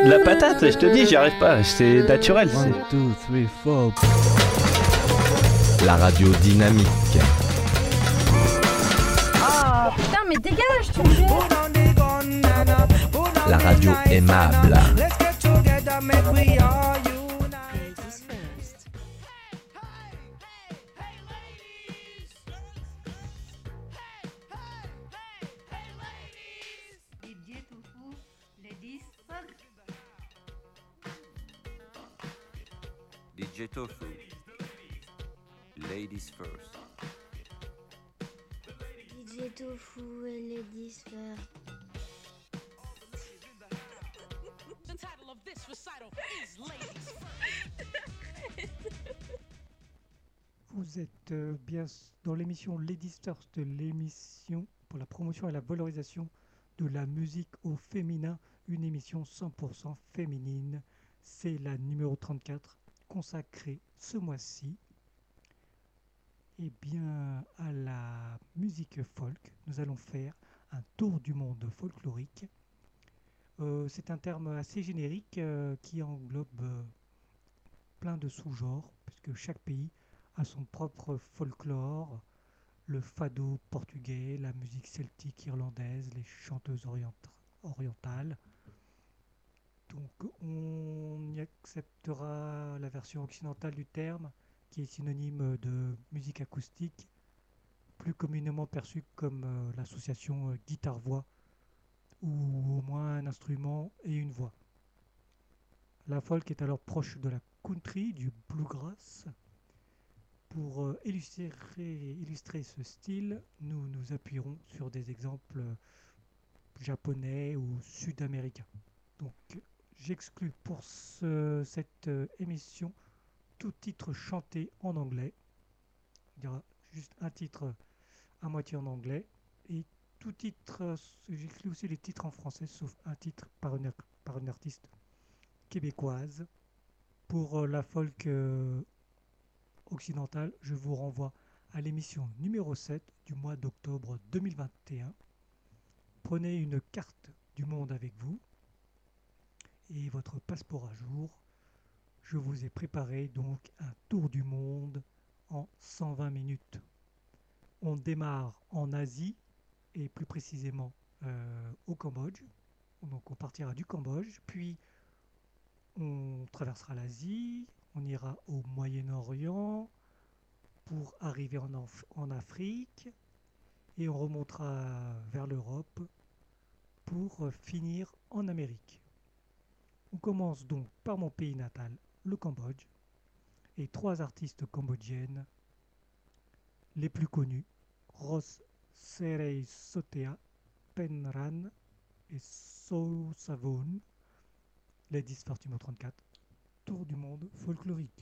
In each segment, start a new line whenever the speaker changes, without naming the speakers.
La patate, je te dis, j'y arrive pas, c'est naturel.
1, 2, 3, 4.
La radio dynamique.
Oh putain, mais dégage, tu me gênes.
La radio aimable.
DJ Tofu, ladies first.
DJ Tofu et ladies first.
The title of this recital is Ladies First.
Vous êtes bien dans l'émission Ladies First, l'émission pour la promotion et la valorisation de la musique au féminin, une émission 100% féminine. C'est la numéro 34. Consacré ce mois-ci à la musique folk. Nous allons faire un tour du monde folklorique. C'est un terme assez générique qui englobe plein de sous-genres, puisque chaque pays a son propre folklore, le fado portugais, la musique celtique irlandaise, les chanteuses orientales. Donc on y acceptera la version occidentale du terme, qui est synonyme de musique acoustique, plus communément perçue comme l'association guitare-voix, ou au moins un instrument et une voix. La folk est alors proche de la country, du bluegrass. Pour illustrer ce style, nous nous appuierons sur des exemples japonais ou sud-américains. Donc, j'exclus pour cette émission tout titre chanté en anglais. Il y aura juste un titre à moitié en anglais. Et tout titre, j'exclus aussi les titres en français, sauf un titre par une artiste québécoise. Pour la folk occidentale, je vous renvoie à l'émission numéro 7 du mois d'octobre 2021. Prenez une carte du monde avec vous et votre passeport à jour. Je vous ai préparé donc un tour du monde en 120 minutes. On démarre en Asie et plus précisément au Cambodge. Donc on partira du Cambodge, puis on traversera l'Asie, on ira au Moyen-Orient pour arriver en Afrique et on remontera vers l'Europe pour finir en Amérique. On commence donc par mon pays natal, le Cambodge, et 3 artistes cambodgiennes les plus connues, Ros Serey Sotea, Penran et So Savon, Ladies First numéro 34, tour du monde folklorique.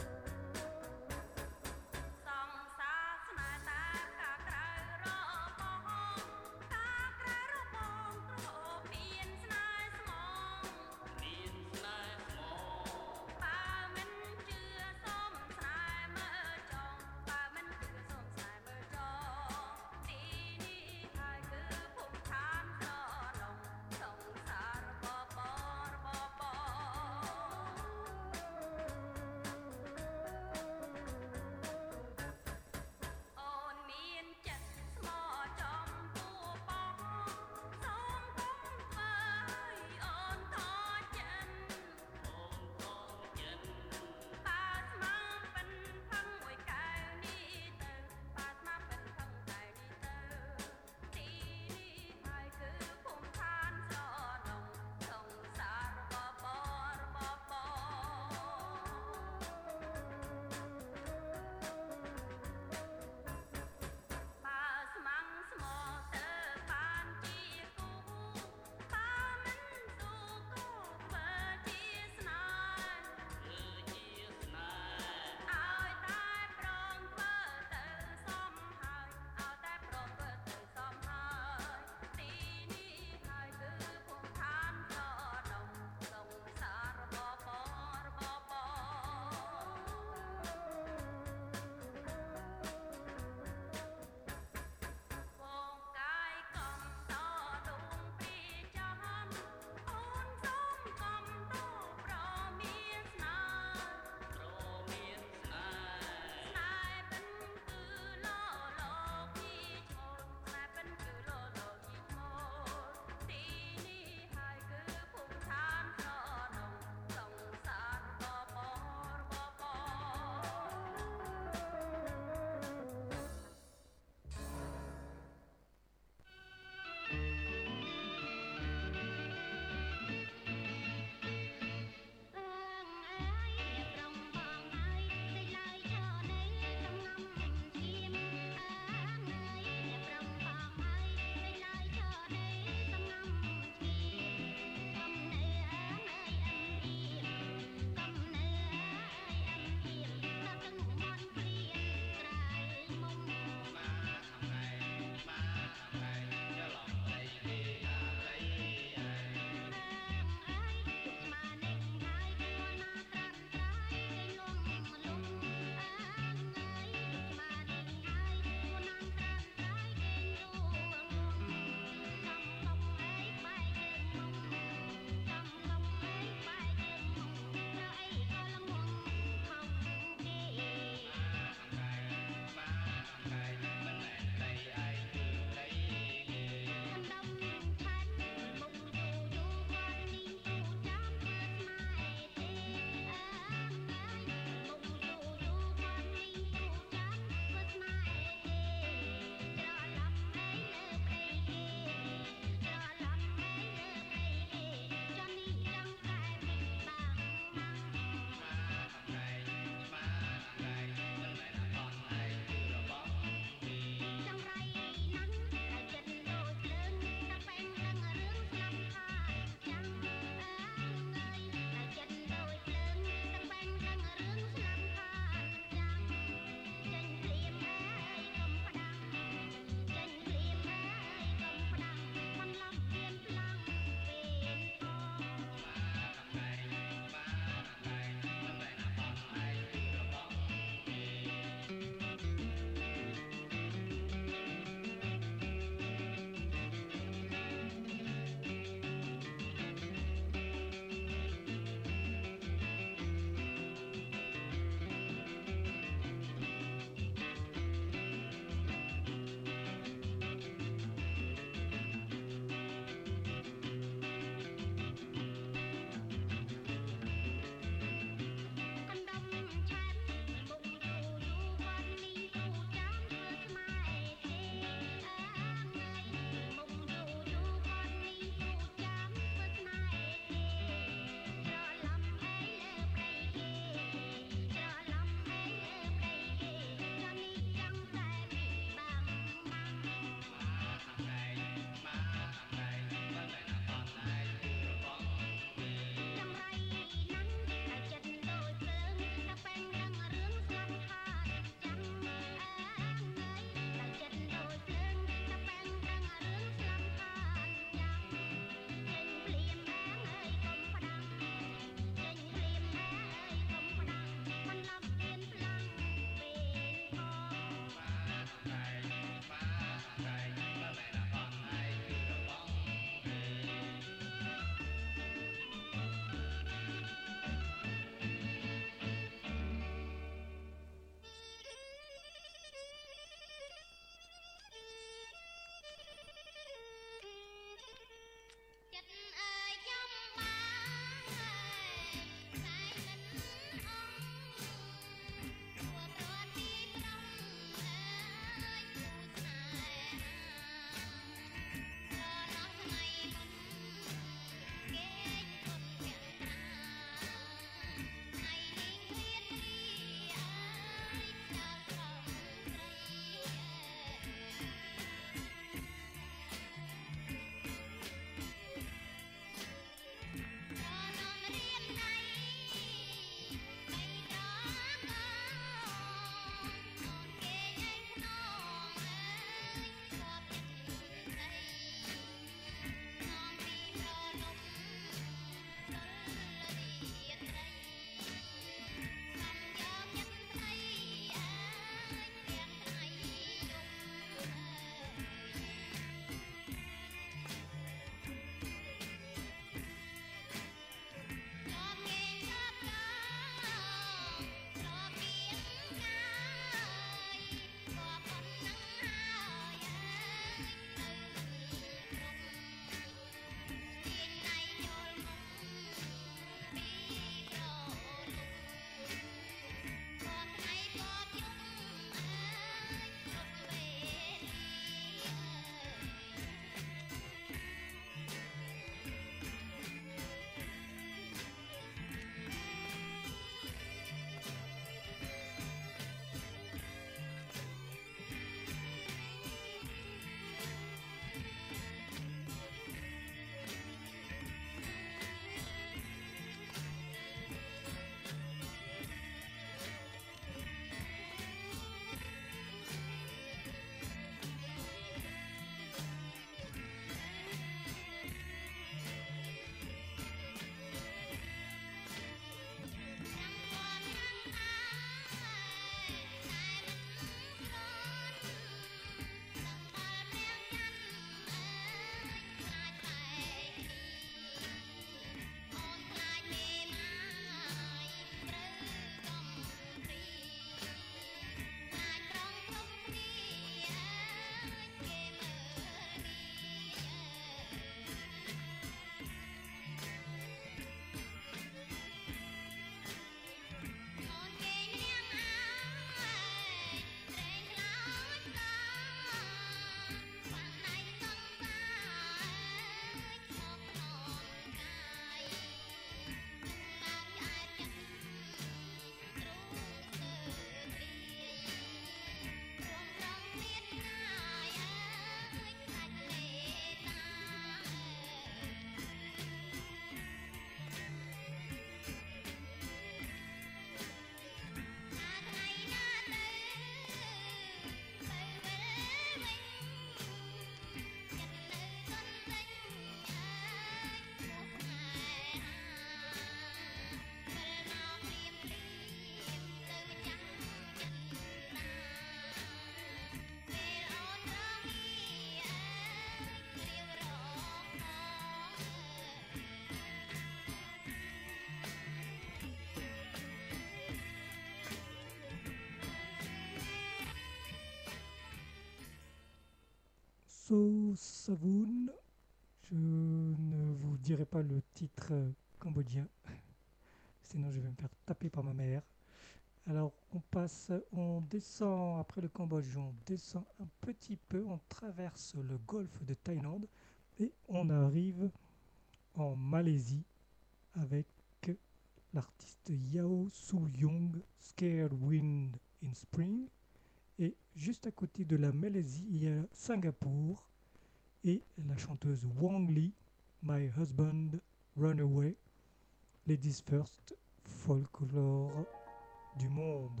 So Savoon. Je ne vous dirai pas le titre cambodgien, sinon je vais me faire taper par ma mère. Alors on descend après le Cambodge, on descend un petit peu, on traverse le golfe de Thaïlande et on arrive en Malaisie avec l'artiste Yao Su-young, Scared Wind in Spring. Et juste à côté de la Malaisie, il y a Singapour et la chanteuse Wang Lee, My Husband Runaway, Ladies First, folklore du monde.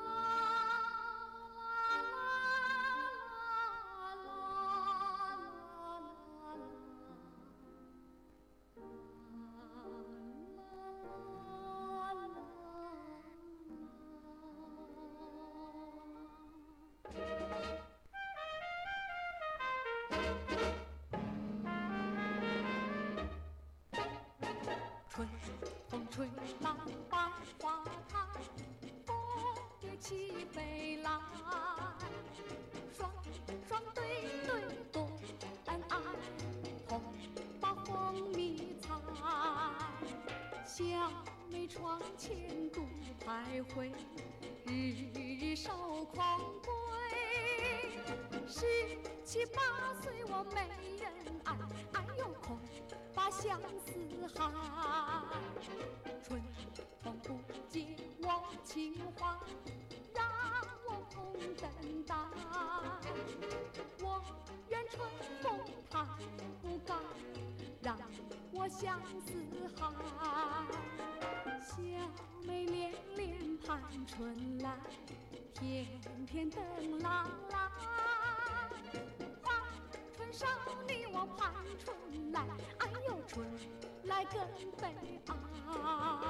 相思海，小妹恋恋盼春来，天天等郎来。花春少女我盼春来，哎呦春来更悲哀。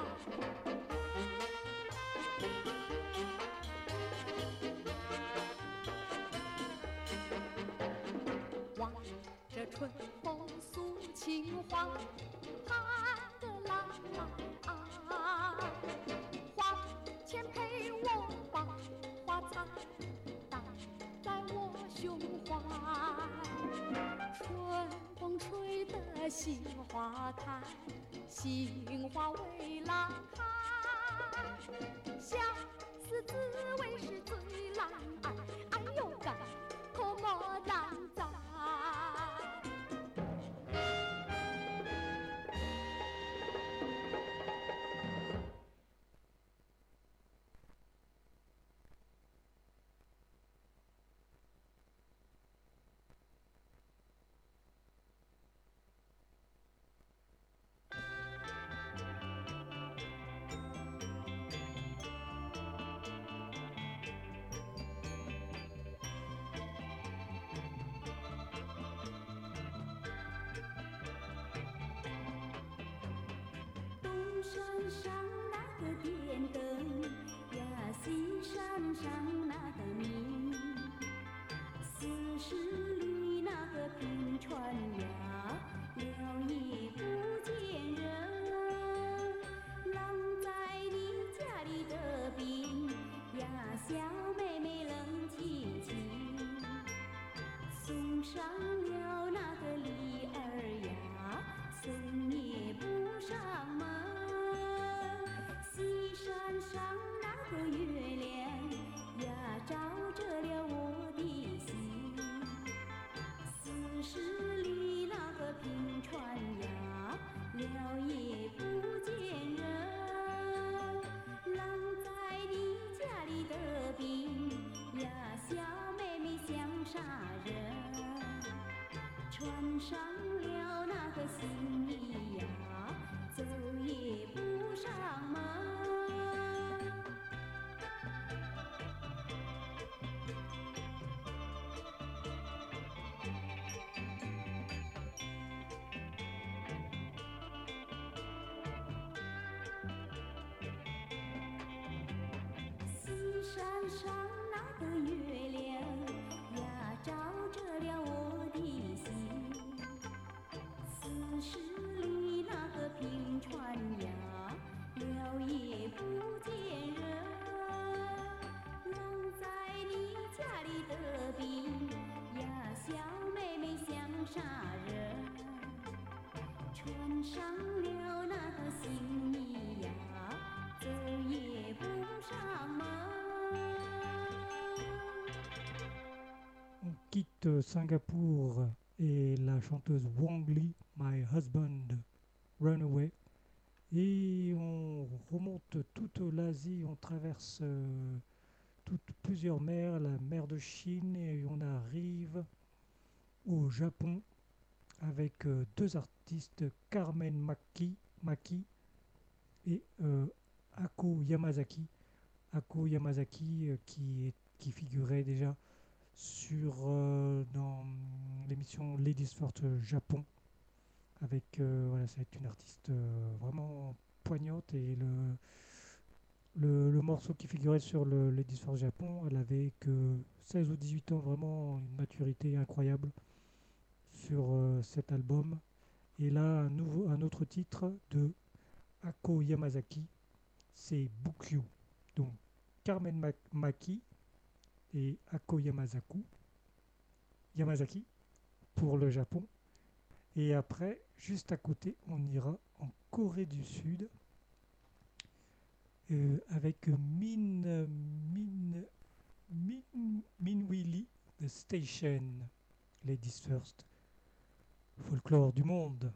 望着春风诉情话。盼个郎啊，花前陪我把花采戴在我胸怀。春风吹得杏花开，杏花为郎开。相思滋味是最难挨，哎呦干可莫难在。山上那个电灯呀，西山上那个明，四十里那个平川呀，了也不见人。郎在你家里的病呀，小妹妹冷清清，送上了那个梨儿呀，送也不上门。山上那个月亮呀，照着了我的心。四十里那个平川呀，了也不见人。郎在你家里的病呀，小妹妹想杀人。穿上了那个新衣呀，走也不上门。山上那个月亮呀，照着了我的心。四十里那个平川呀，了也不见人。郎在你家里的病呀，小妹妹
quitte Singapour et la chanteuse Wong Lee, My Husband Runaway. Et on remonte toute l'Asie, on traverse plusieurs mers, la mer de Chine, et on arrive au Japon avec deux artistes, Carmen Maki et Ako Yamazaki. Ako Yamazaki qui figurait déjà dans l'émission Ladies First Japon. Voilà, c'est une artiste vraiment poignante, et le morceau qui figurait sur le Ladies First Japon, elle avait que 16 ou 18 ans, vraiment une maturité incroyable sur cet album. Et là, un autre titre de Ako Yamazaki, c'est Bukyu. Donc Carmen Maki et Ako Yamazaki pour le Japon. Et après, juste à côté, on ira en Corée du Sud avec Minwili The Station, Ladies First, folklore du monde.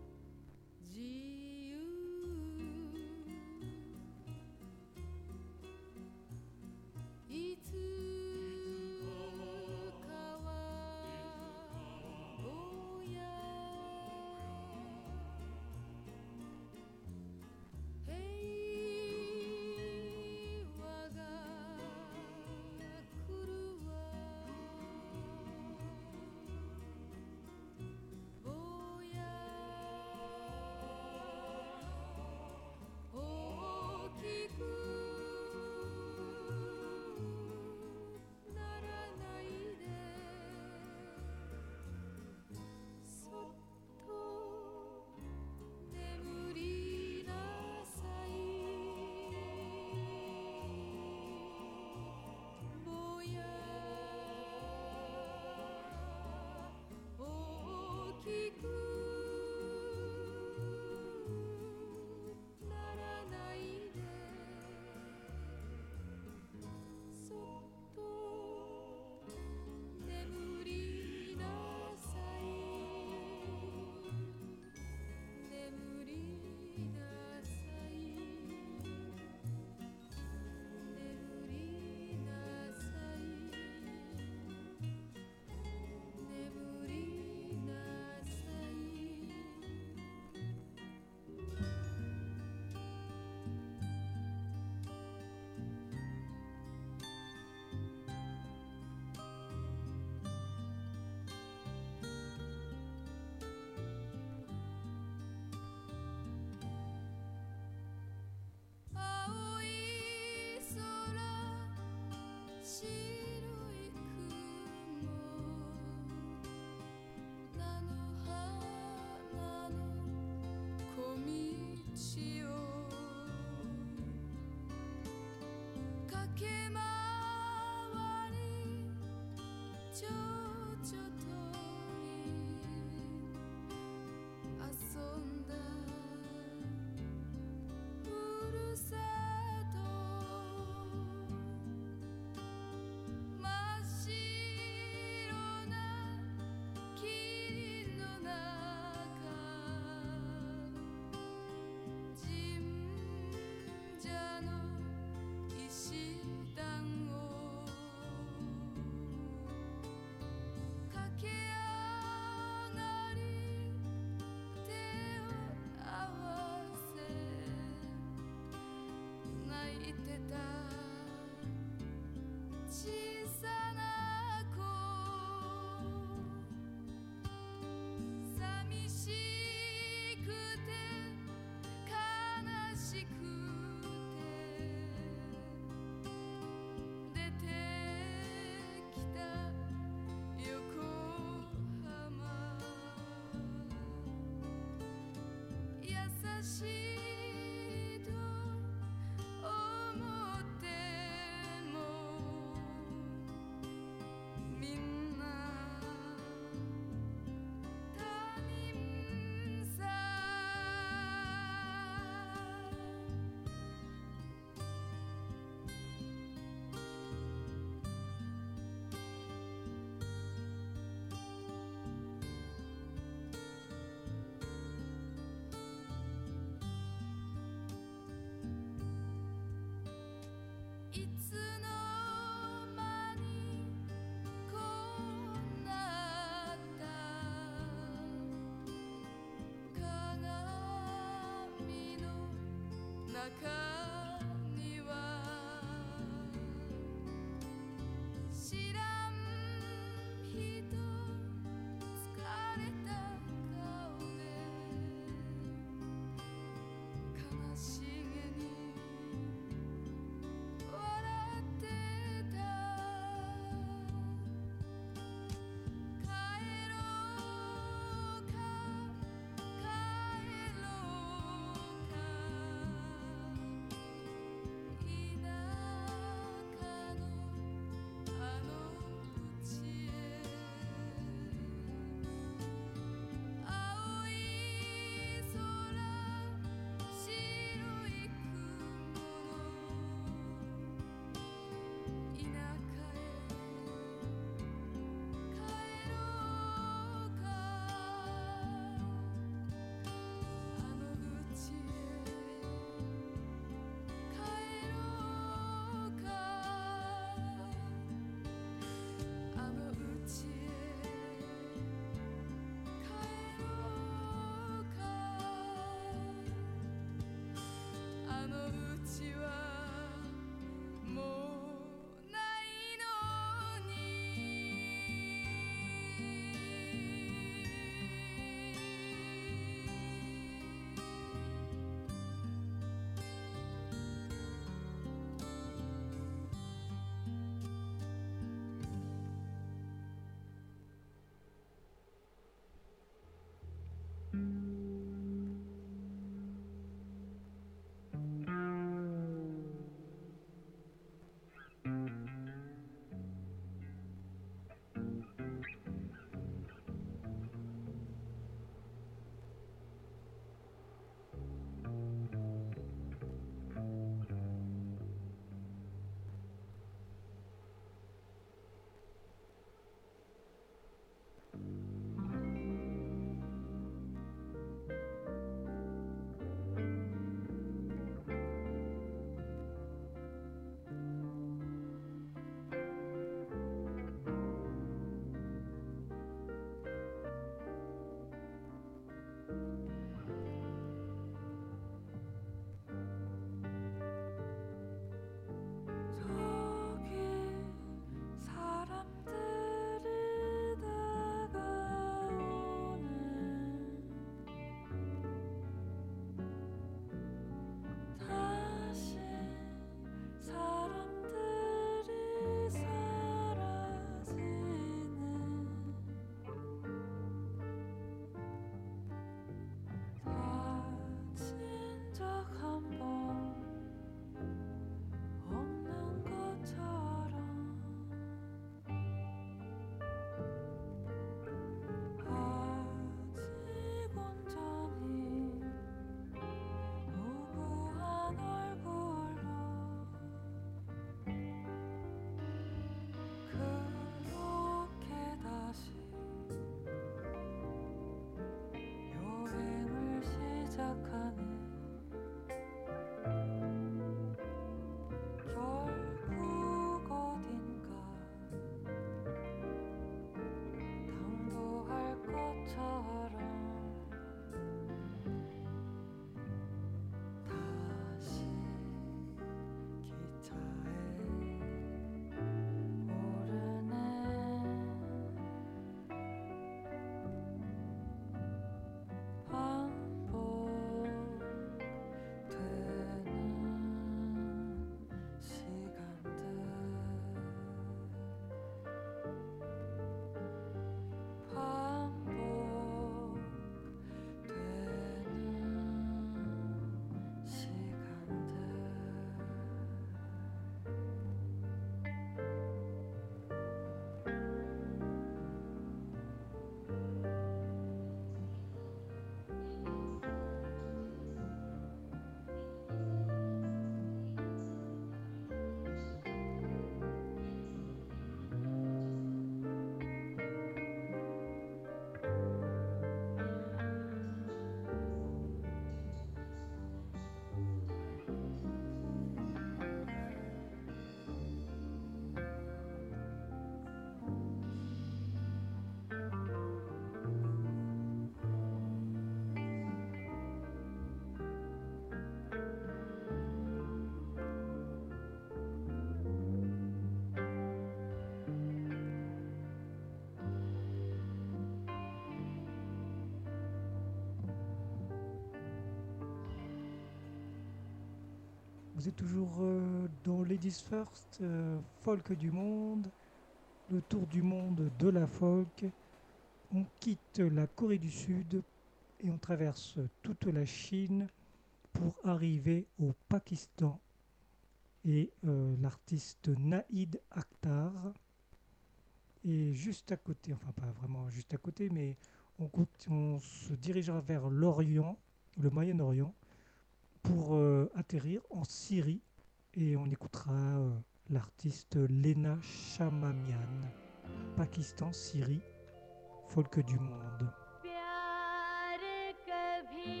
Vous êtes toujours dans Ladies First, folk du monde, le tour du monde de la folk. On quitte la Corée du Sud et on traverse toute la Chine pour arriver au Pakistan. Et l'artiste Naïd Akhtar est juste à côté, enfin pas vraiment juste à côté, mais on se dirigera vers l'Orient, le Moyen-Orient, pour atterrir en Syrie et on écoutera l'artiste Lena Chamamian, Pakistan, Syrie, folk du monde.
प्यार कभी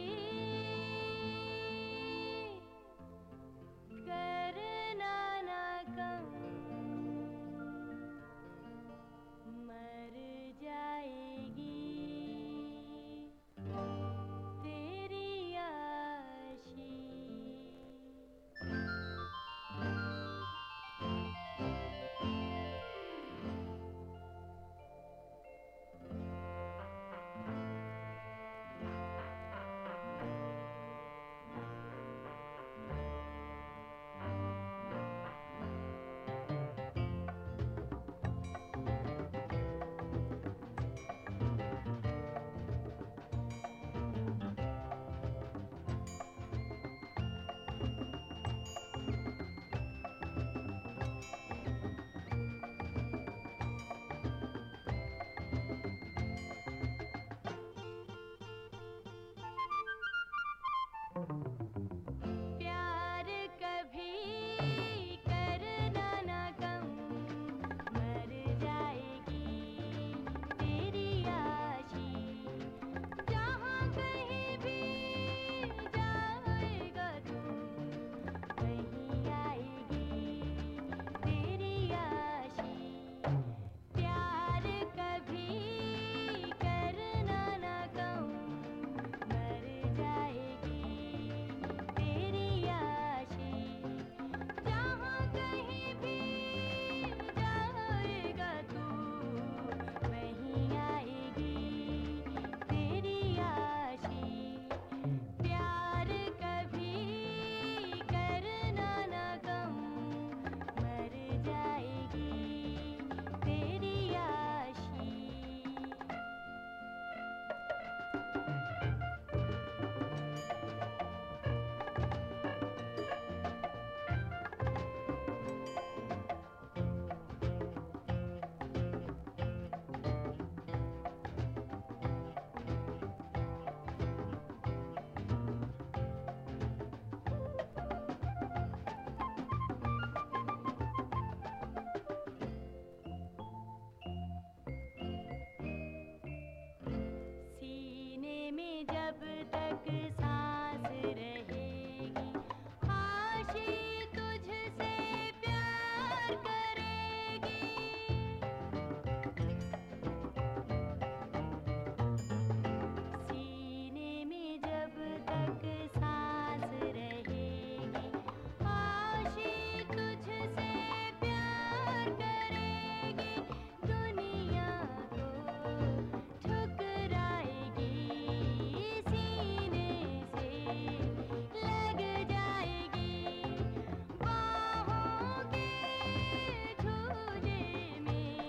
करना ना कम मर जाएगी तेरी आशी प्यार कभी करना ना कम मर जाएगी तेरी आशी जहाँ कहीं भी जाएगा तू वहीं आएगी तेरी आशी प्यार कभी करना ना कम मर जाएगी तेरी आशी जहाँ कहीं भी जाएगा तू वहीं आएगी तेरी आशी प्यार कभी करना ना कम मर जाएगी तेरी आशी सीने में जब तक सांस रहेगी आशी तुझसे प्यार करेगी सीने में जब तक सांस रहेगी आशी तुझसे प्यार करेगी दुनिया को ठुकराएगी सीने से लग जाएगी बाहों के झूले में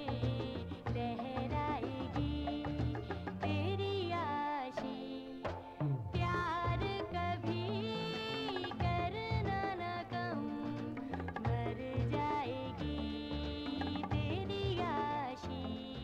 लहराएगी तेरी आशी प्यार कभी करना ना कम मर जाएगी तेरी आशी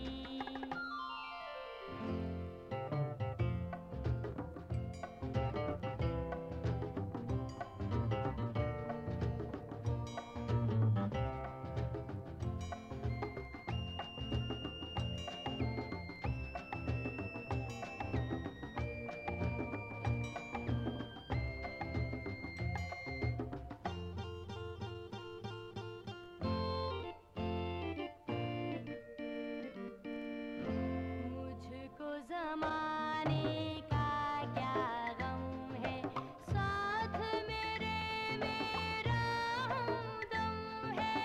मुझको ज़माने का क्या गम है साथ मेरे मेरा हमदम है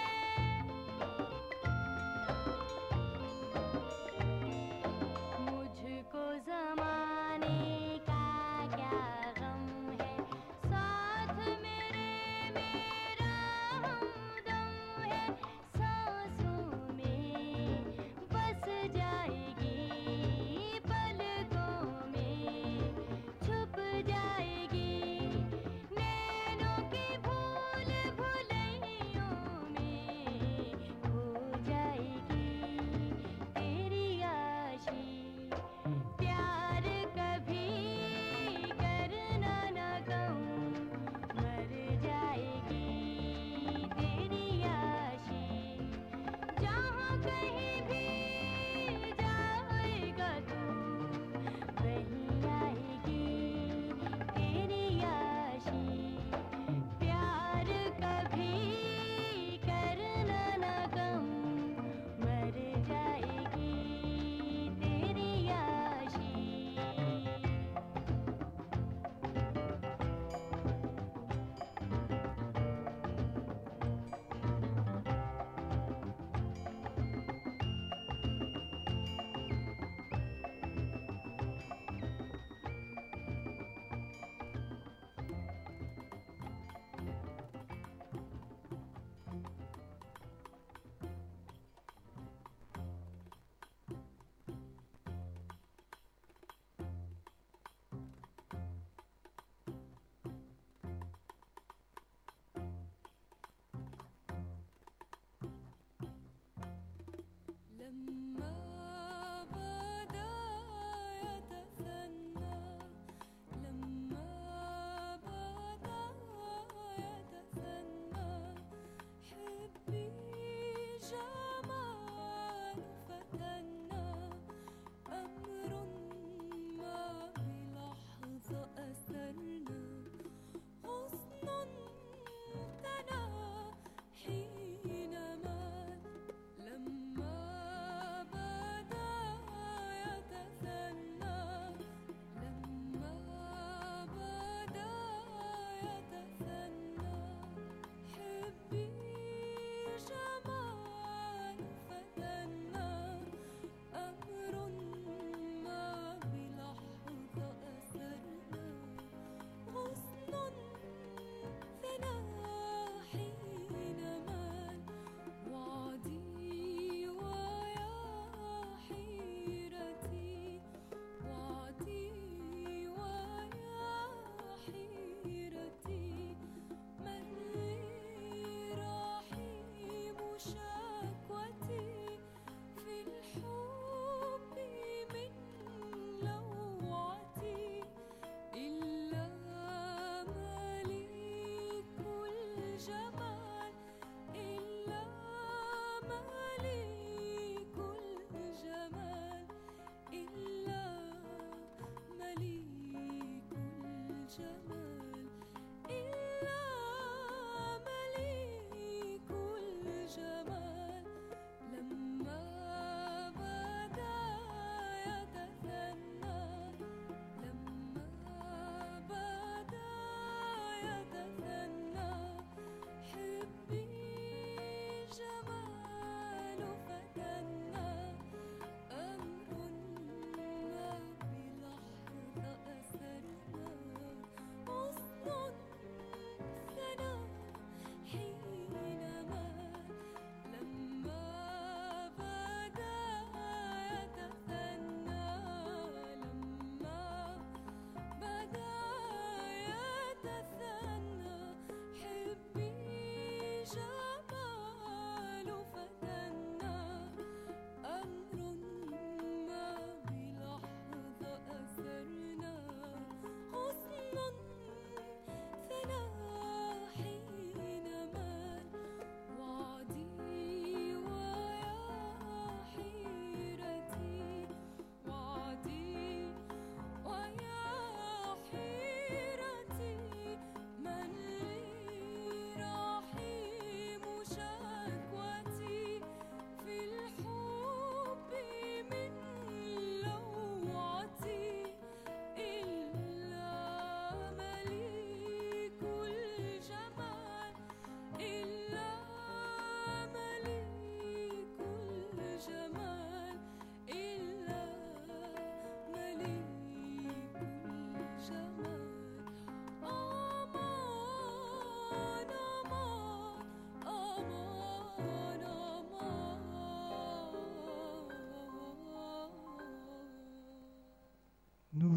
मुझको ज़माने का क्या गम है साथ मेरे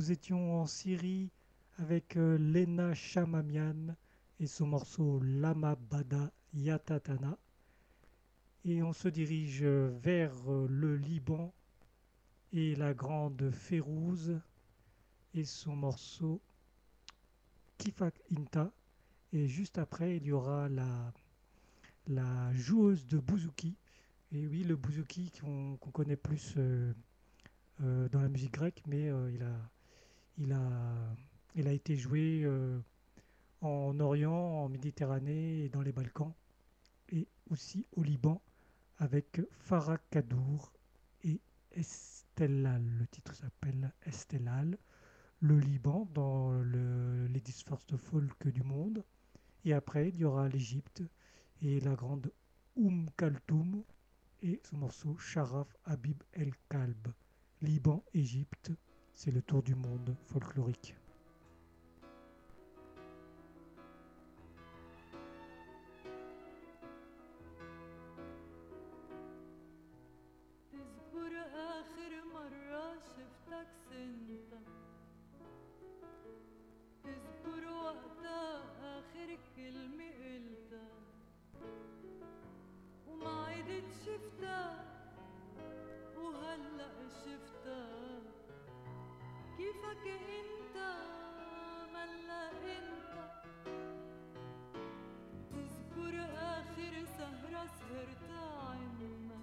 nous étions en Syrie avec Lena Chamamian et son morceau Lama Bada Yatatana. Et on se dirige vers le Liban et la grande Férouz et son morceau Kifak Inta. Et juste après, il y aura la joueuse de bouzouki. Et oui, le bouzouki qu'on connaît plus dans la musique grecque, mais il a été joué en Orient, en Méditerranée et dans les Balkans, et aussi au Liban avec Farah Kadour et Estelal. Le titre s'appelle Estelal. Le Liban dans les 10 first folk du monde. Et après, il y aura l'Égypte et la grande Kaltoum et son morceau Sharaf Habib El Kalb. Liban, Égypte, c'est le tour du monde folklorique.
كيفك انت ملا انت تذكر اخر سهرة سهرتها عنا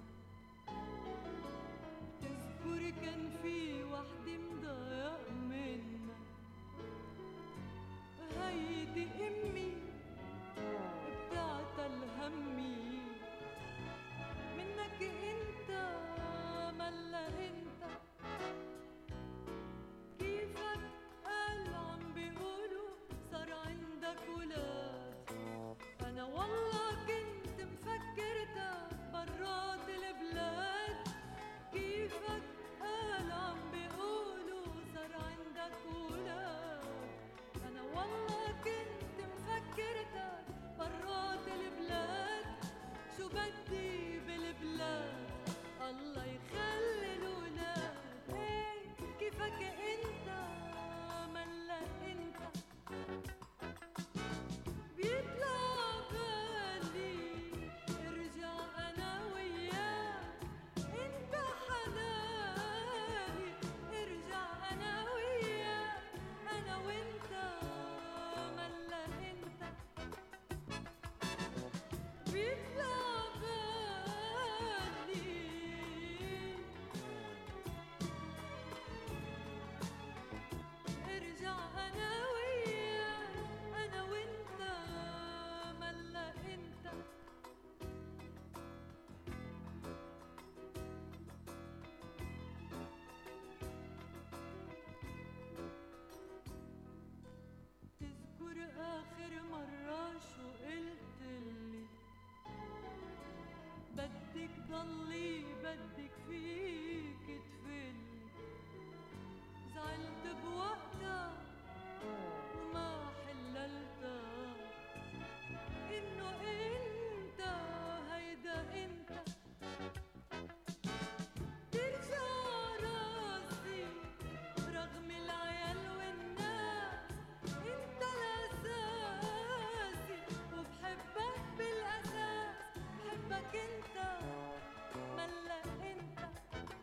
تذكر كان في وحدة مضايق منا هيدي امي بتاعت الهمي منك انت ملا انت والله كنت مفكرتك برات البلاد كيفك قال عم بيقولوا صار عندك ولاد أنا والله كنت مفكرتك برات البلاد شو بدي بالبلاد الله يخلي الولاد هي كيفك انت ملا انت بيطلع آخر مرة شو قلتلي بدك ضلي بدك فيك تفلي زعلت بوقتها وما حللتها إنه أنت هيدا أنت ترجع راسي رغم العيال والناس أنت الأساسي وبحبك بالأساس بحبك أنت ملا أنت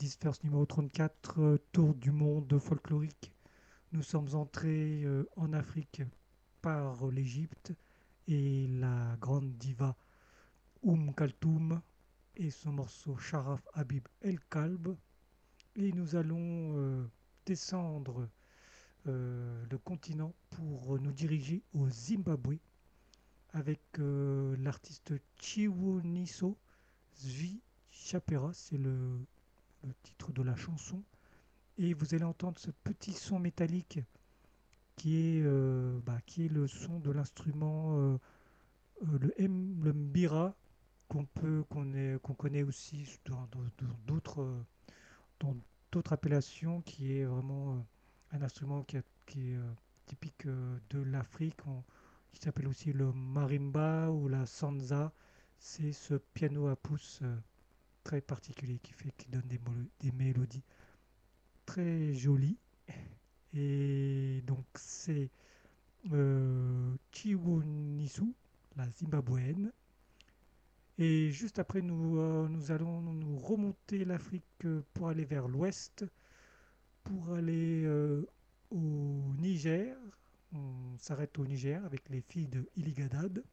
Ladies First numéro 34, tour du monde folklorique. Nous sommes entrés en Afrique par l'Égypte et la grande diva Kaltoum et son morceau Sharaf Habib El Kalb. Et nous allons descendre le continent pour nous diriger au Zimbabwe avec l'artiste Chiwoniso Zvi Chapera, c'est le titre de la chanson. Et vous allez entendre ce petit son métallique qui est le son de l'instrument le mbira qu'on connaît aussi dans d'autres appellations, qui est vraiment un instrument qui est typique de l'Afrique, qui s'appelle aussi le marimba ou la sanza. C'est ce piano à pouce très particulier qui donne des mélodies très jolies. Et donc c'est Chiwoniso, la zimbabwéenne. Et juste après, nous allons nous remonter l'Afrique pour aller vers l'ouest, pour aller au Niger. On s'arrête au Niger avec les filles de Iligadad.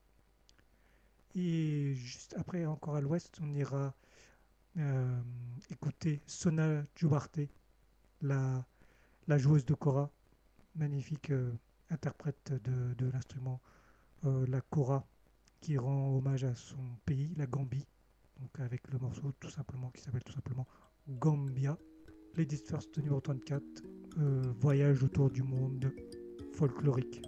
Et juste après, encore à l'ouest, on ira écouter Sona Jubarte, la joueuse de kora, magnifique interprète de l'instrument, la kora, qui rend hommage à son pays, la Gambie, donc avec le morceau qui s'appelle tout simplement Gambia. Ladies First numéro 34, voyage autour du monde folklorique.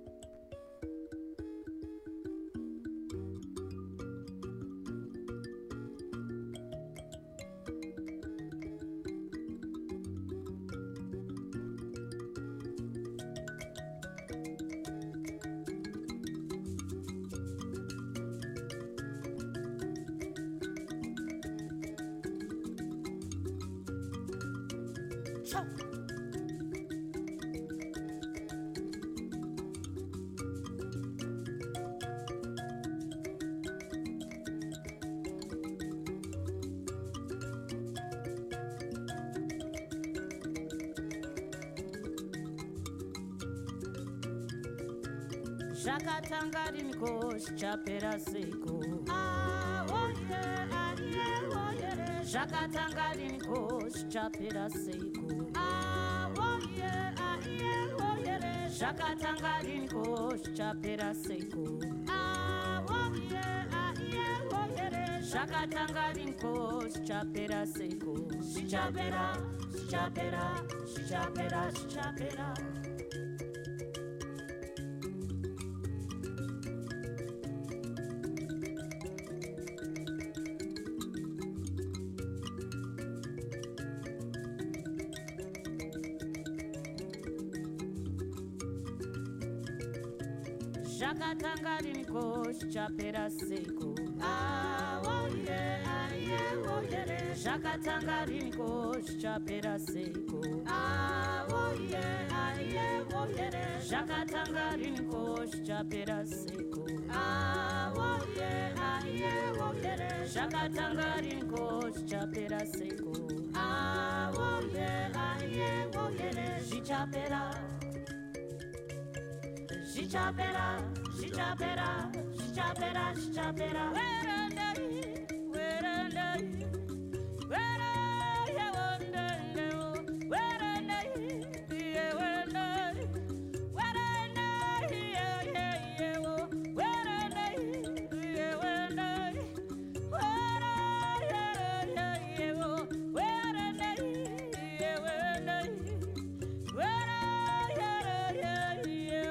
Shakatangari mikosh chapera seiko. Ah, oh yeah, ah, yeah, oh yeah. Shakatangari mikosh chapera seiko. Ah, oh yeah, ah, yeah, oh yeah. Shakatangari mikosh chapera seiko. Ah, oh yeah, ah, yeah, oh yeah. Shakatangari mikosh chapera seiko. Shichapera, shichapera, shichapera, shichapera. Shakatangari mikosh chapera seiko. Ah, oh yeah, ah, yeah, oh yeah. Shakatangari mikosh chapera seiko. Ah, oh yeah, ah, yeah, oh yeah. Shakatangari mikosh chapera seiko. Ah, oh yeah, ah, yeah, oh yeah. Shakatangari mikosh chapera seiko. Ah, oh yeah, ah, yeah, oh yeah. Shichapera. Shichapera, shichapera, shichapera, shichapera. Where are they? Where are they? Where are you? Where are they? Yeah, where are they? Where are they? Yeah, yeah, yeah. Where are they? Yeah, where are they? Where are yeah, yeah, yeah. Where are they? Yeah, where are they? Where are yeah, yeah, yeah.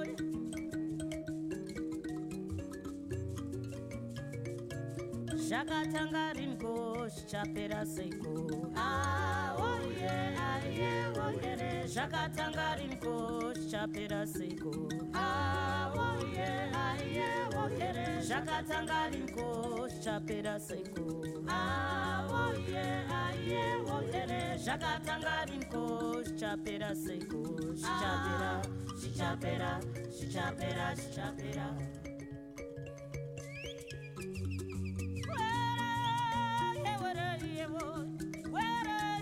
Shakatangari mikosh chapera seiko. Ah, oh yeah, ah, yeah, oh yeah. Shakatangari mikosh chapera seiko. Ah, oh yeah, ah, yeah, oh yeah. Shakatangari mikosh chapera seiko. Ah, oh yeah, ah, yeah, oh yeah. Shakatangari mikosh chapera seiko. Shichapera, shichapera, shichapera, shichapera. Where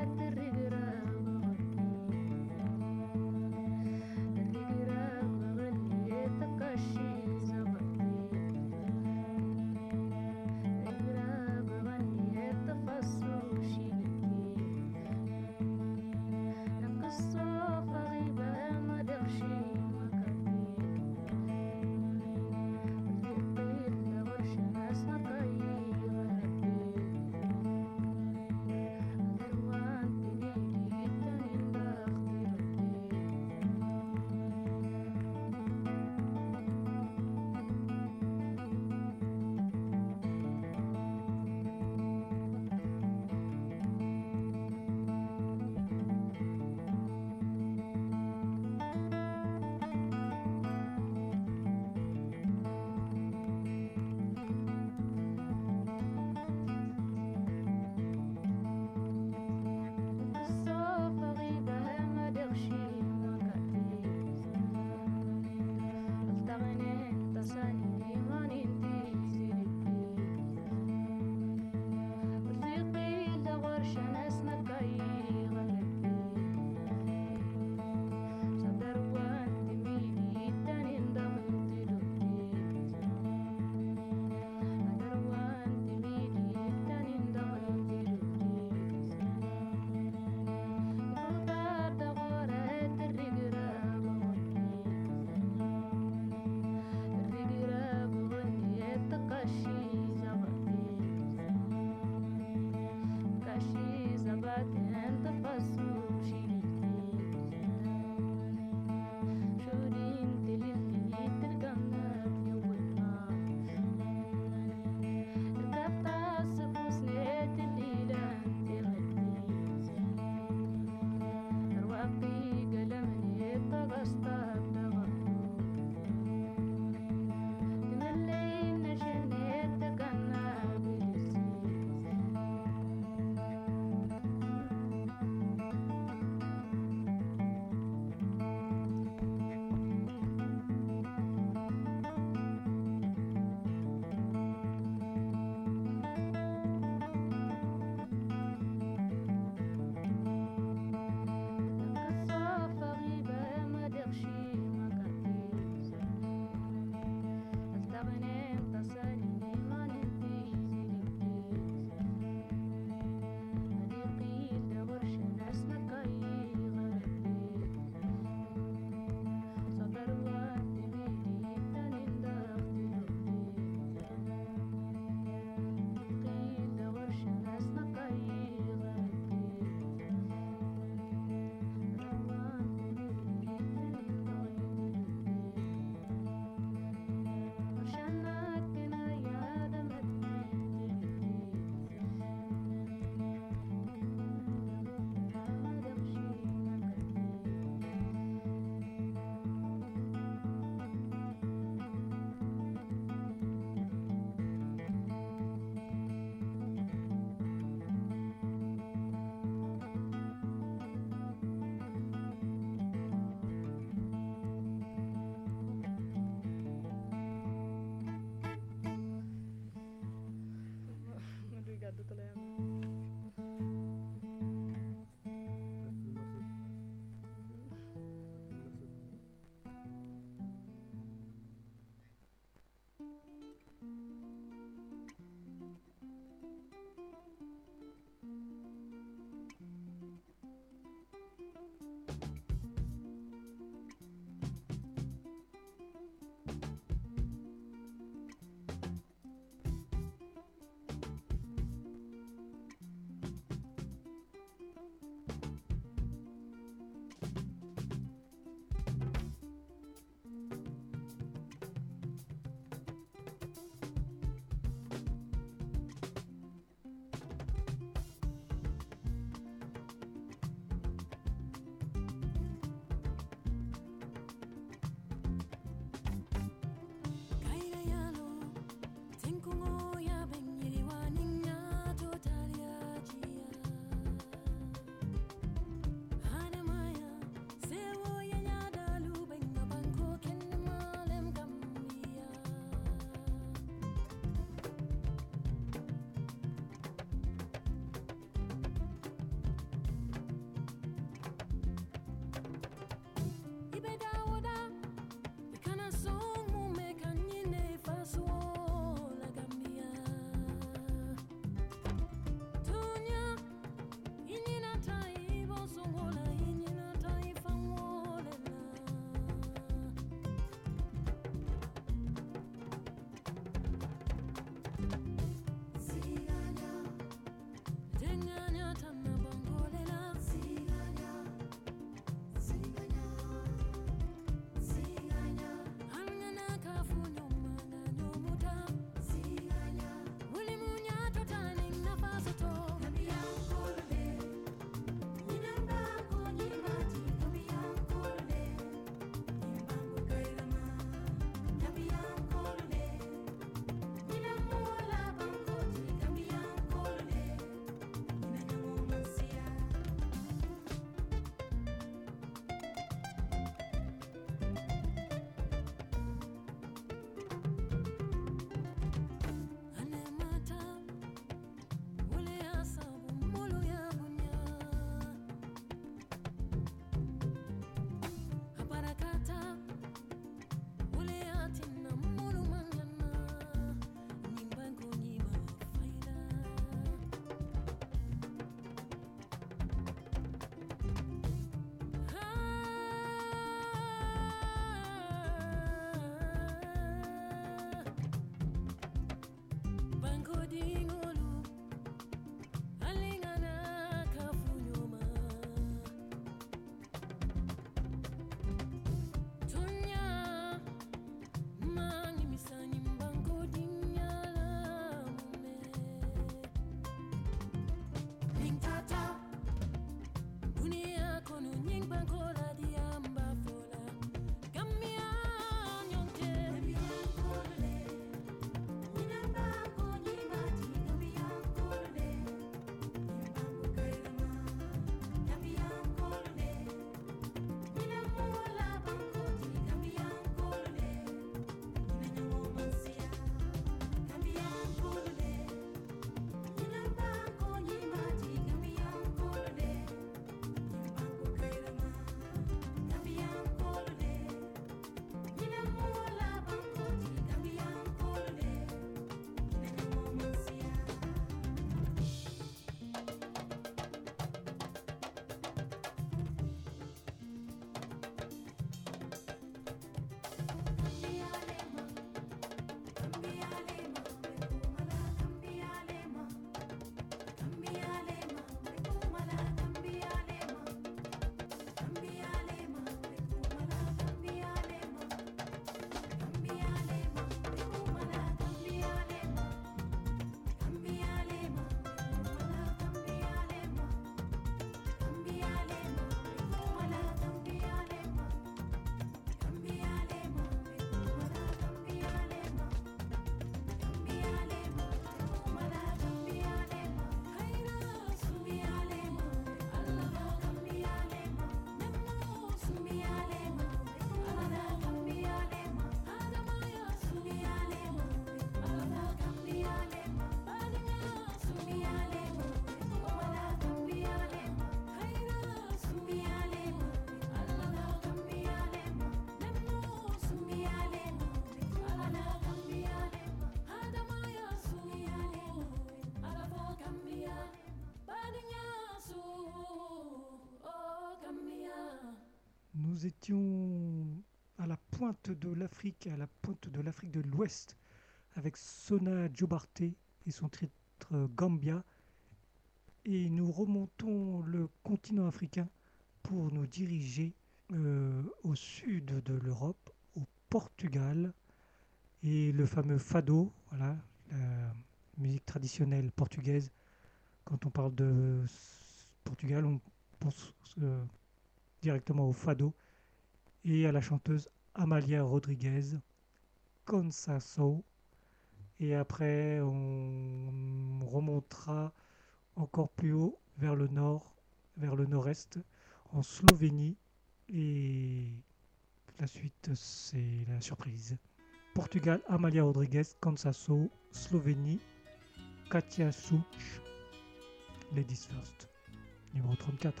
nous étions à la pointe de l'Afrique, de l'Ouest, avec Sona Jobarté et son titre Gambia. Et nous remontons le continent africain pour nous diriger au sud de l'Europe, au Portugal, et le fameux fado, voilà, la musique traditionnelle portugaise. Quand on parle de Portugal, on pense directement au fado et à la chanteuse Amália Rodrigues, Cansaço. Et après, on remontera encore plus haut vers le nord, vers le nord-est, en Slovénie. Et la suite, c'est la surprise. Portugal, Amália Rodrigues, Cansaço, Slovénie, Katia Souch, Ladies First, numéro 34.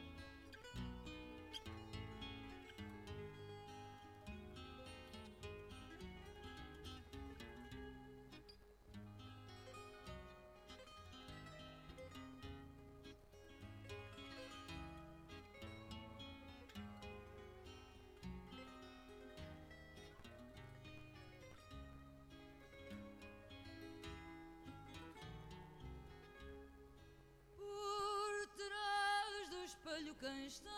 Quem está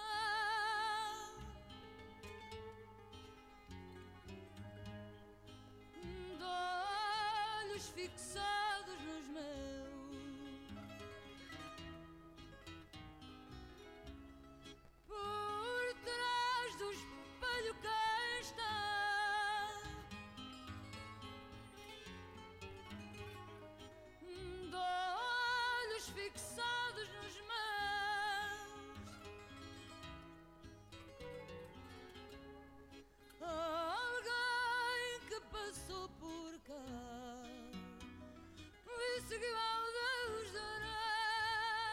de olhos fixados nos meus, por trás do espelho quem está de olhos fixados nos meus. Alguém que passou por cá e seguiu ao Deus dará,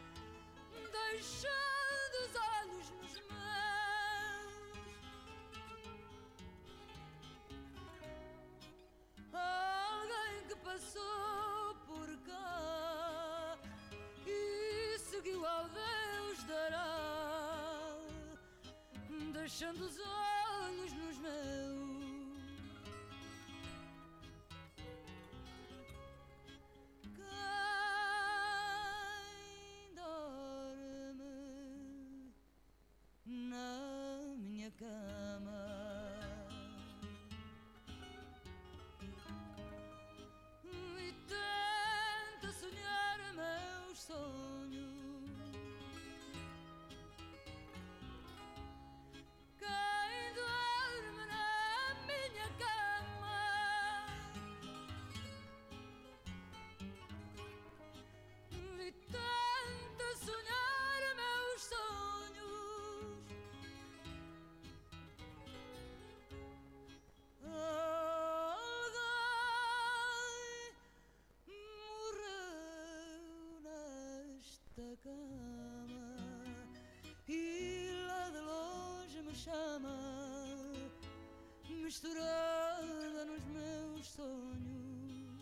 deixando os olhos nos meus. Alguém que passou por cá e seguiu ao Deus dará, deixando os olhos nos meus. Quem dorme na minha cama e tenta sonhar meus sonhos. Cama e lá de longe me chama, misturada nos meus sonhos.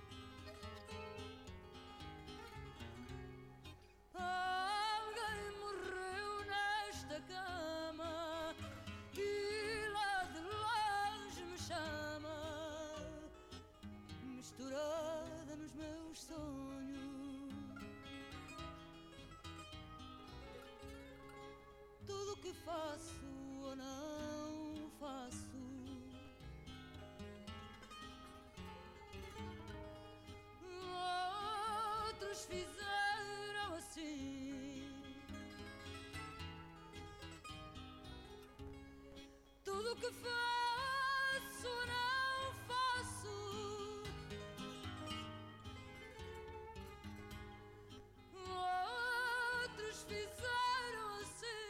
Alguém morreu nesta cama e lá de longe me chama, misturada nos meus sonhos. Tudo que faço ou não faço, outros fizeram assim. Tudo que faço ou não faço, outros fizeram assim.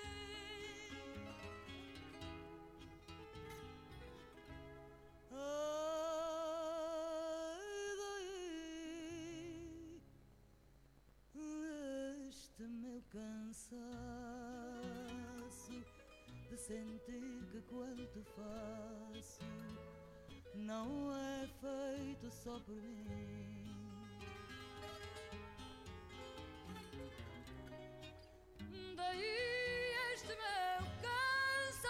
Este meu cansaço de sentir que quanto faço não é feito só por mim. Daí este meu cansaço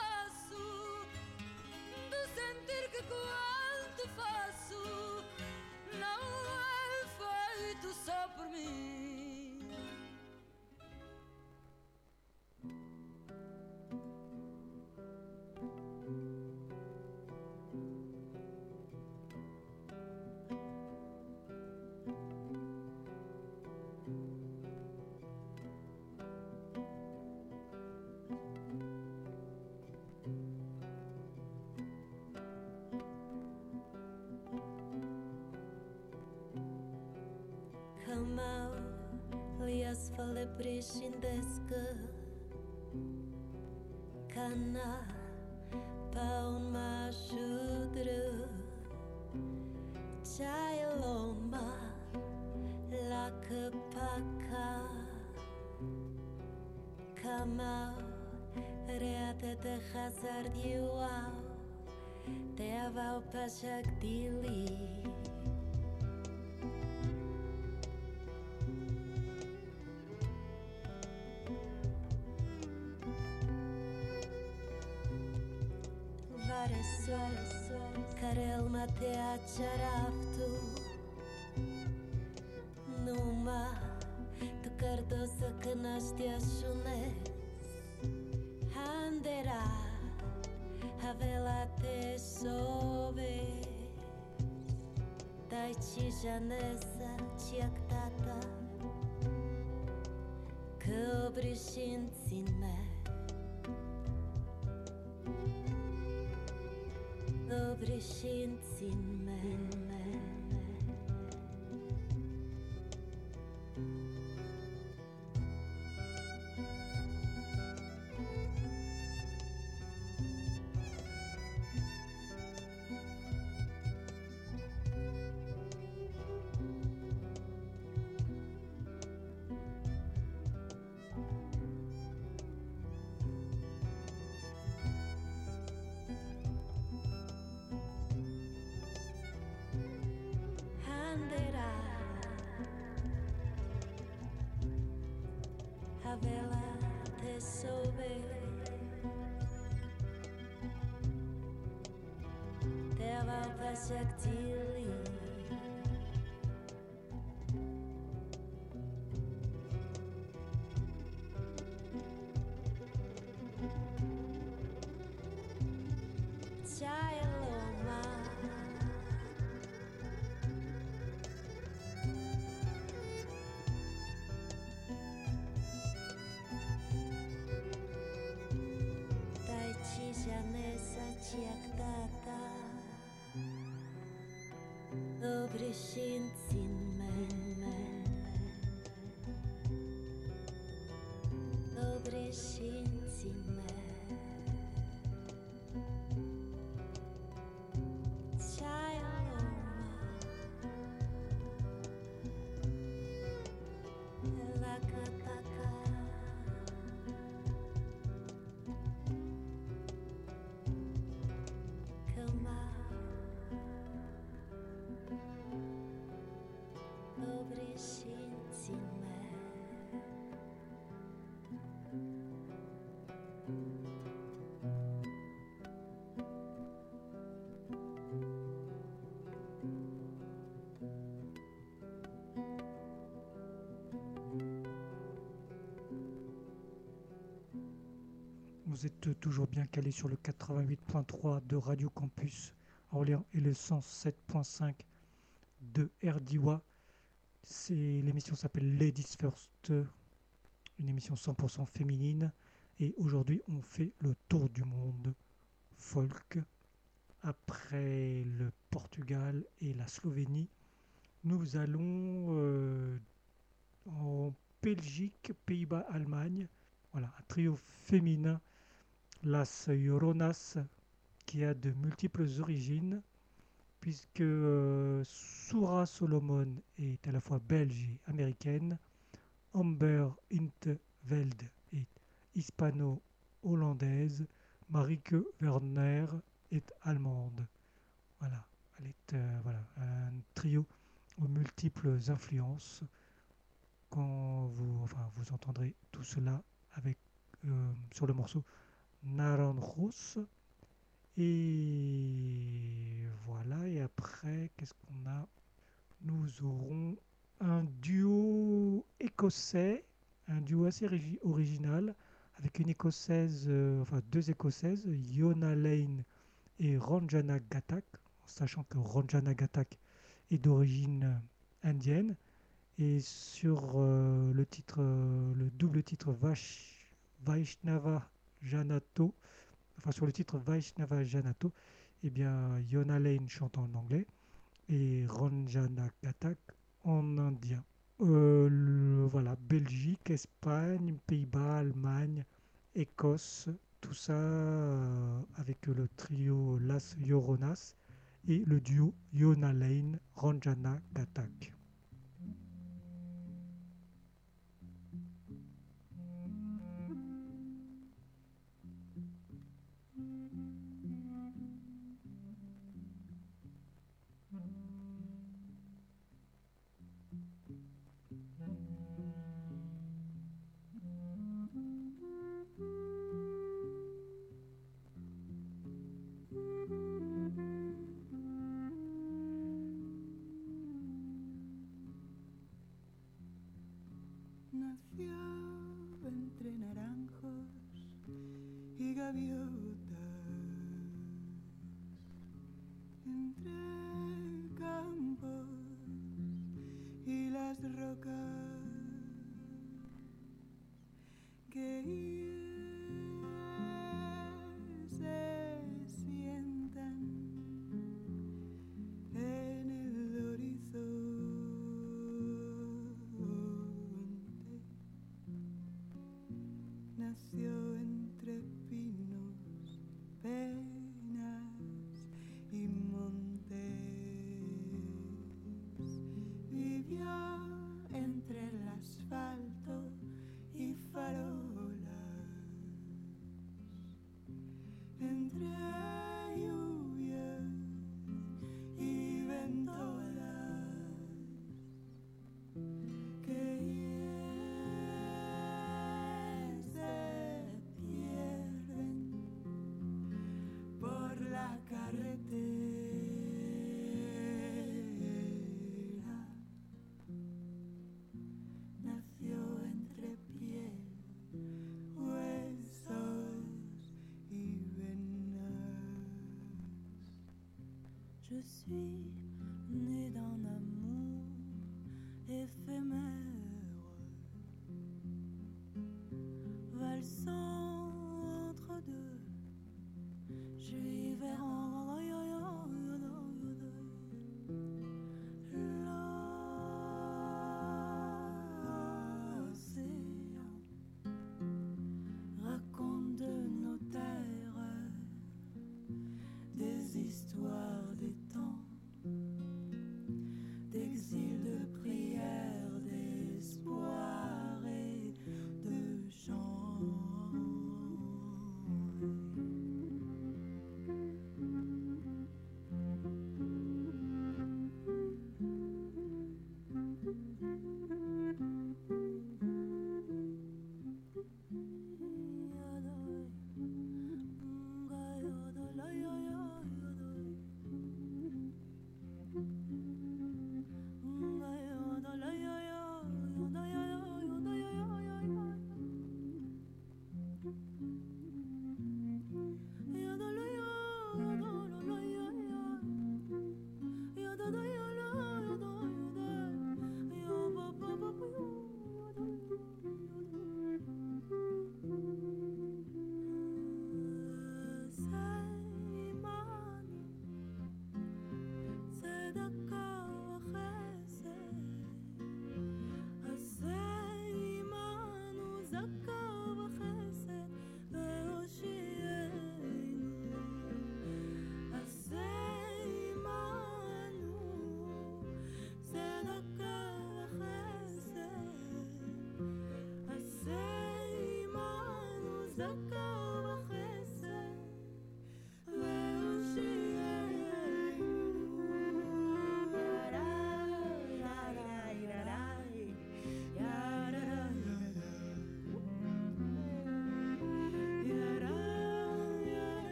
asfale priscindescă Cana pa un mașudră Ceai loma la căpaca Camau reate de hazard iuau Te avau pașac dili Karel Matea Charaftu Numa Tu cardosa că naștea șunes Handera Havela te sove Dai ci janesa ciac tata Că obrișinține Obrișinține Havela te sove Te avau pașac dili Ceai loma Janesa ciac tata Obrișinține Obrișinține Ceai loma La căpaca
Vous êtes toujours bien calé sur le 88.3 de Radio Campus Orléans et le 107.5 de RDIWA. L'émission s'appelle Ladies First, une émission 100% féminine. Et aujourd'hui, on fait le tour du monde folk. Après le Portugal et la Slovénie, nous allons en Belgique, Pays-Bas, Allemagne. Voilà, un trio féminin, Las Lloronas, qui a de multiples origines, puisque Soura Solomon est à la fois belge et américaine, Amber Hintveld est hispano-hollandaise, Marieke Werner est allemande. Voilà, elle est un trio aux multiples influences. Quand vous entendrez tout cela avec sur le morceau Naranjos. Et voilà, et après, qu'est-ce qu'on a? Nous aurons un duo écossais, un duo assez original, avec une écossaise, deux écossaises, Iona Lane et Ranjana Gatak, en sachant que Ranjana Gatak est d'origine indienne. Et sur le double titre Vaishnava Janato, sur le titre Vaishnava Janato, eh bien Iona Lane chante en anglais et Ranjana Gatak en indien. Voilà, Belgique, Espagne, Pays-Bas, Allemagne, Écosse, tout ça avec le trio Las Lloronas et le duo Iona Lane Ranjana Gatak.
Nació entre naranjos y gaviotas, entre campos y las rocas que se sientan en el horizonte. Nació entre pinos, penas y montes. Vivió entre el asfalto y farolas, entre lluvias y ventolas que se pierden por la carretera. Nació entre piel, huesos y venas.
Je suis née d'un amour éphémère, valsant entre deux. J'y vais en l'océan raconte de nos terres des histoires des temps, d'exil, de prière, d'espoir et de chant.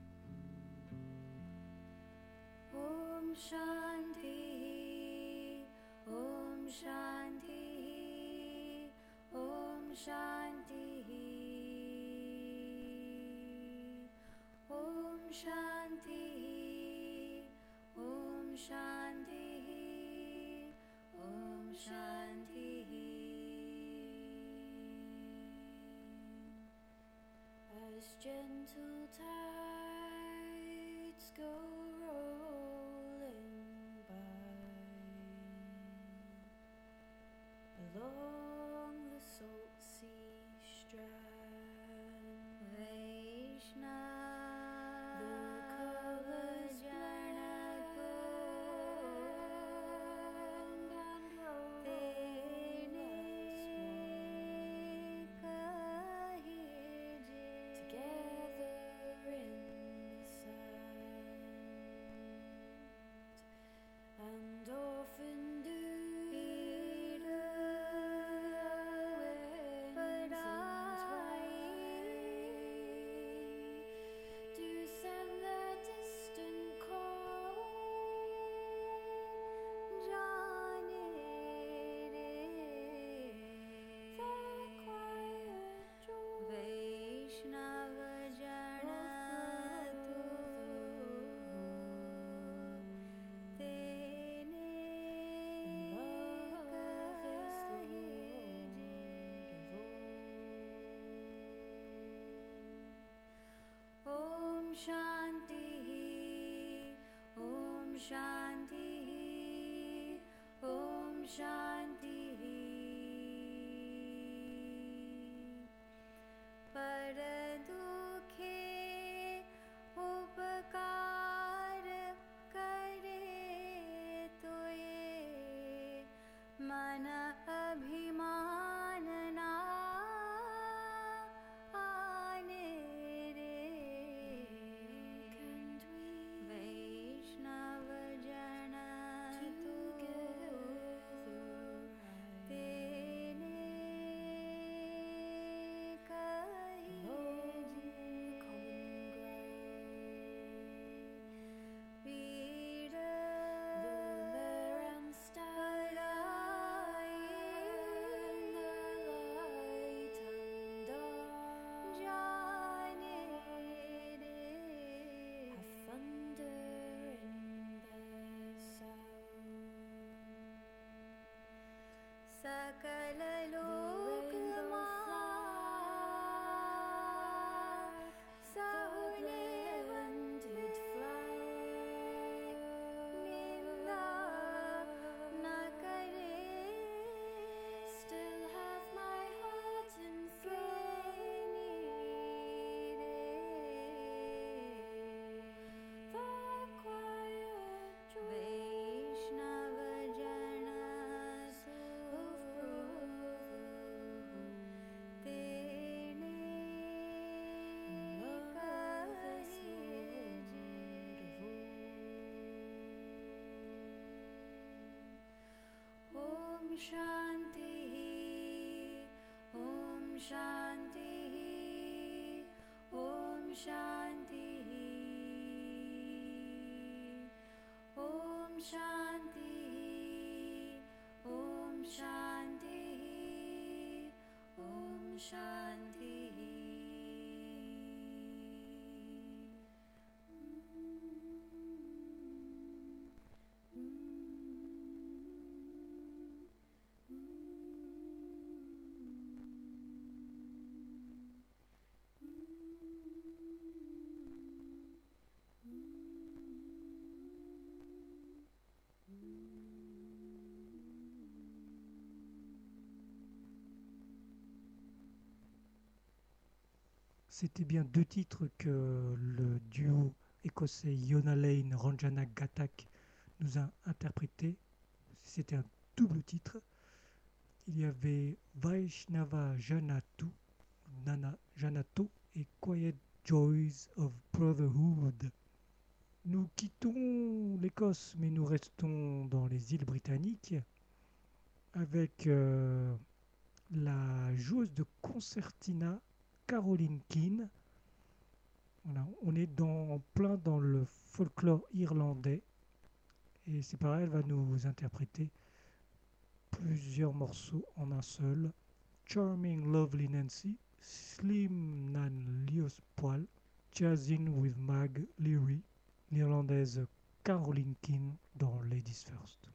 Shanti Shanti, Om Shanti, Om Shanti, Om Shanti, Om Shanti. As gentle tides go rolling by along the salt sea strand, Vaishnava, the colors planet burn and roll, together in the sand, and often do but I do send the distant call, Jane, the quiet jewel, Vaishnava Jana tu, Om Shanti, Om Shanti, Om Shanti. पर दुखे उपकार करे तो ये मन अभिमान ना आने रे, वैष्णव जन तेने कही read the Lamb सकल लोक सहुने वंदित निंदा न करे, still have my heart in the quiet Vaishnava Jana Om Shanti, Om Shanti, Om Shanti, Om Shanti, Om Shanti, Om Shanti.
C'était bien deux titres que le duo écossais Iona Lane Ranjana Gatak nous a interprétés. C'était un double titre. Il y avait Vaishnava Janato et Quiet Joys of Brotherhood. Nous quittons l'Écosse, mais nous restons dans les îles britanniques avec la joueuse de concertina Caroline Keane. Voilà, on est en plein dans le folklore irlandais et c'est pareil, elle va nous interpréter plusieurs morceaux en un seul. Charming Lovely Nancy, Slim Nan Leopold, Jazzin' with Mag Leary, l'Irlandaise Caroline Keane dans Ladies First.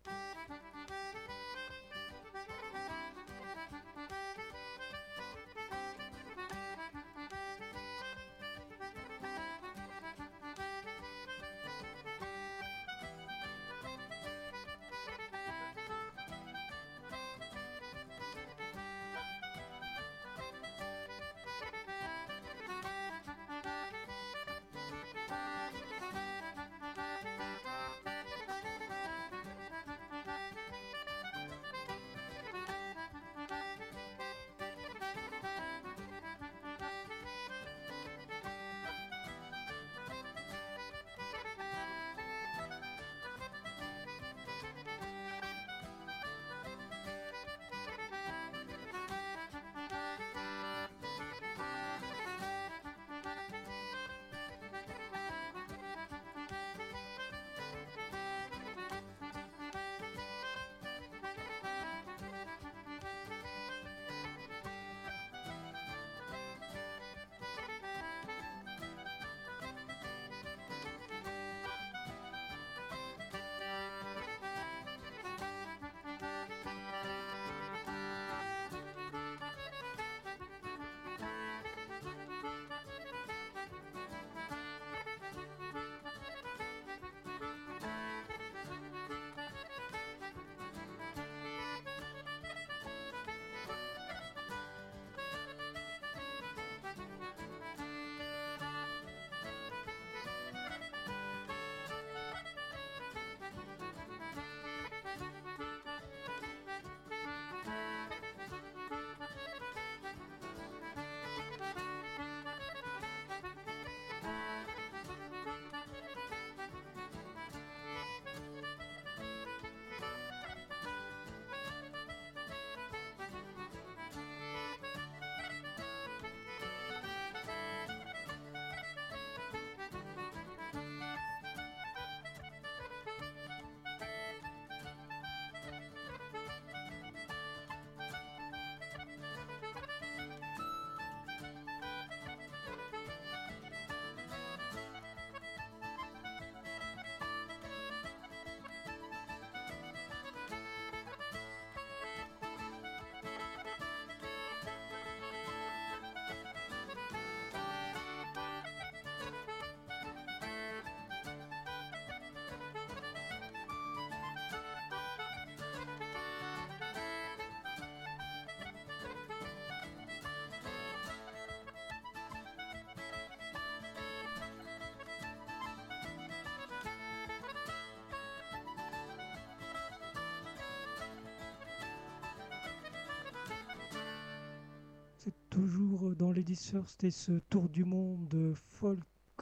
Toujours dans Ladies First et ce tour du monde folk,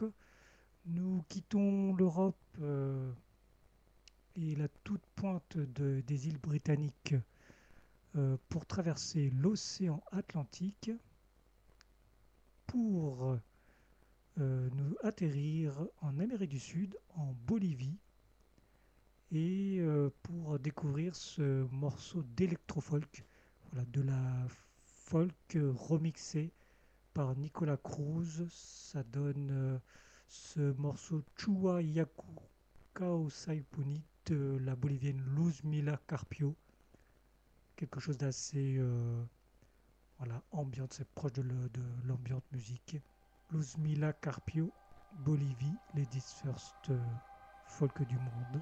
nous quittons l'Europe et la toute pointe des îles britanniques pour traverser l'océan Atlantique pour nous atterrir en Amérique du Sud, en Bolivie, et pour découvrir ce morceau d'électro-folk, voilà, de la folk remixé par Nicolas Cruz. Ça donne ce morceau Chua Yaku Kao Saipuni de la bolivienne Luzmila Carpio. Quelque chose d'assez voilà, ambiante, c'est proche de l'ambiante musique. Luzmila Carpio, Bolivie, Ladies First folk du monde.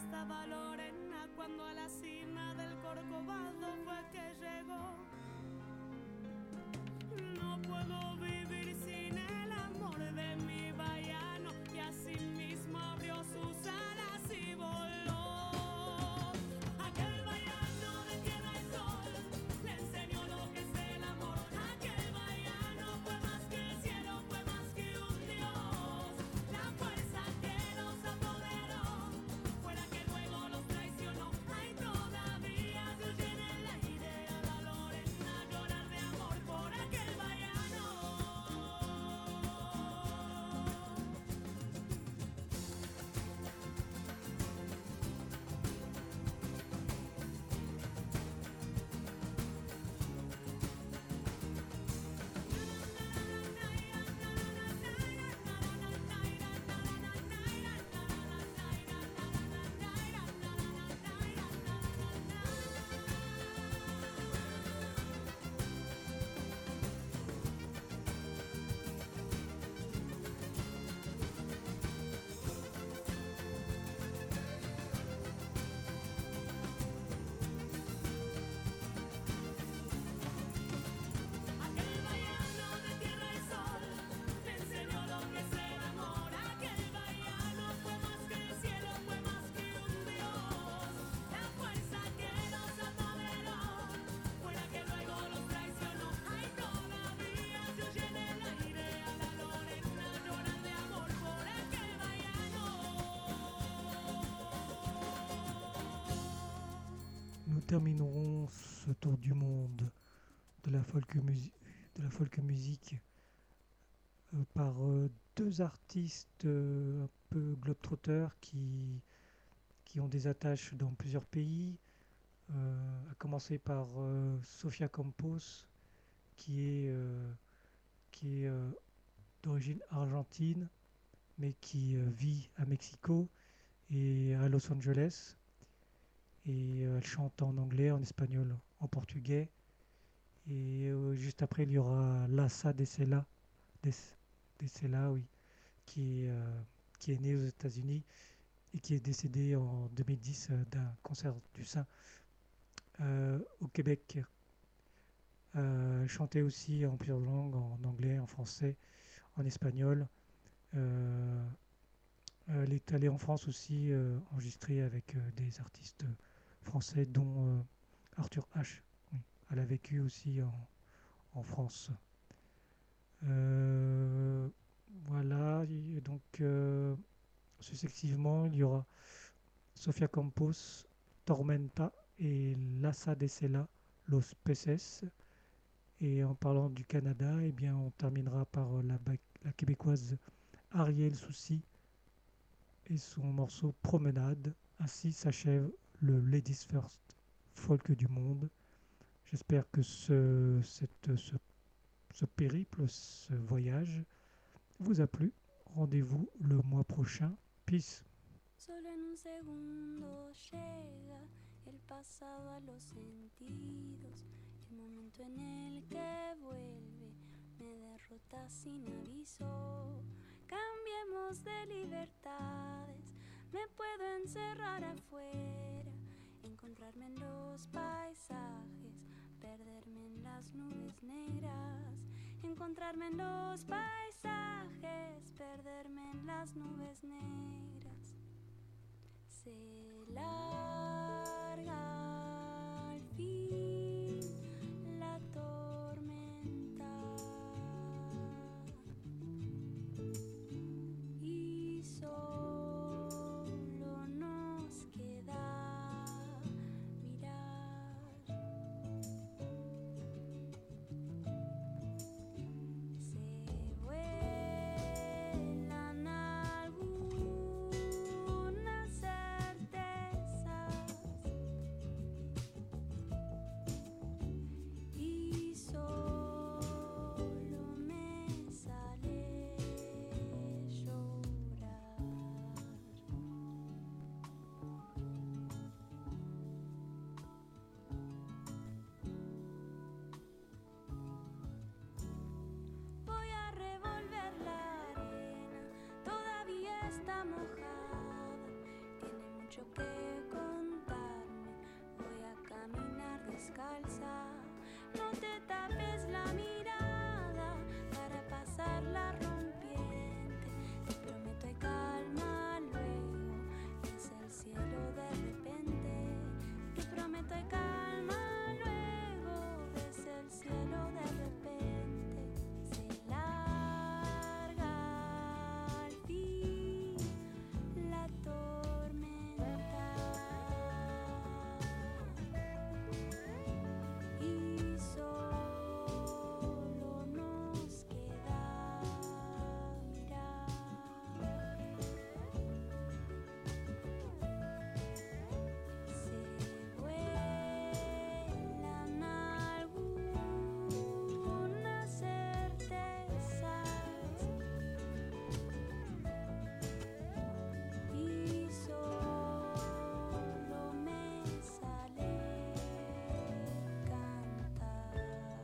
estaba Lorena cuando a la cima del Corcovado fue que llegó. No puedo vivir sin el amor de mi baiano, y así mismo abrió sus alas y voló. Aquel baiano de tierra y sol le enseñó lo que es el amor. Aquel baiano fue más que el cielo, fue más que un dios. La fuerza que los apoderó fue la que luego los traicionó. Ay, todavía se oye en el aire a la Lorena llorar de amor por aquel baiano. Aquel baiano de tierra y sol me enseñó lo que es el amor. Aquel baiano fue más que el cielo, fue más que un dios. La fuerza que los apoderó fue la que luego los traicionó. Ay, todavía se oye en el aire a la Lorena llorar de amor por aquel baiano.
Nous terminerons ce tour du monde de la folk musique par deux artistes un peu globetrotters qui ont des attaches dans plusieurs pays, à commencer par Sofia Campos qui est d'origine argentine mais qui vit à Mexico et à Los Angeles, et elle chante en anglais, en espagnol, en portugais. Et juste après, il y aura Lassa de Sela, oui, qui est née aux États-Unis et qui est décédée en 2010 d'un cancer du sein au Québec. Elle chantait aussi en plusieurs langues, en anglais, en français, en espagnol. Elle est allée en France aussi enregistrer avec des artistes français, dont Arthur H. Oui. Elle a vécu aussi en France. Voilà, et donc successivement, il y aura Sofia Campos, Tormenta et Lassa de Sela, Los Peces. Et en parlant du Canada, eh bien, on terminera par la québécoise Ariel Soucy et son morceau Promenade. Ainsi s'achève le Ladies First Folk du monde. J'espère que ce périple, ce voyage vous a plu. Rendez-vous le mois prochain. Peace.
Solo en un segundo llega el pasado a los sentidos, el momento en el que vuelve me derrota sin aviso. Cambiemos de libertades, me puedo encerrar afuera, encontrarme en los paisajes, perderme en las nubes negras. Encontrarme en los paisajes, perderme en las nubes negras. Se larga al fin la tormenta y solo nos queda mirar. Se vuelan algunas certezas descalza. No te tapes la mirada para pasarla rompiente. Te prometo hay calma luego, es el cielo de repente. Te prometo hay calma luego, es el cielo de repente. Se larga al fin la tormenta y solo nos queda mirar. Se vuelan algunas certezas y solo me sale cantar.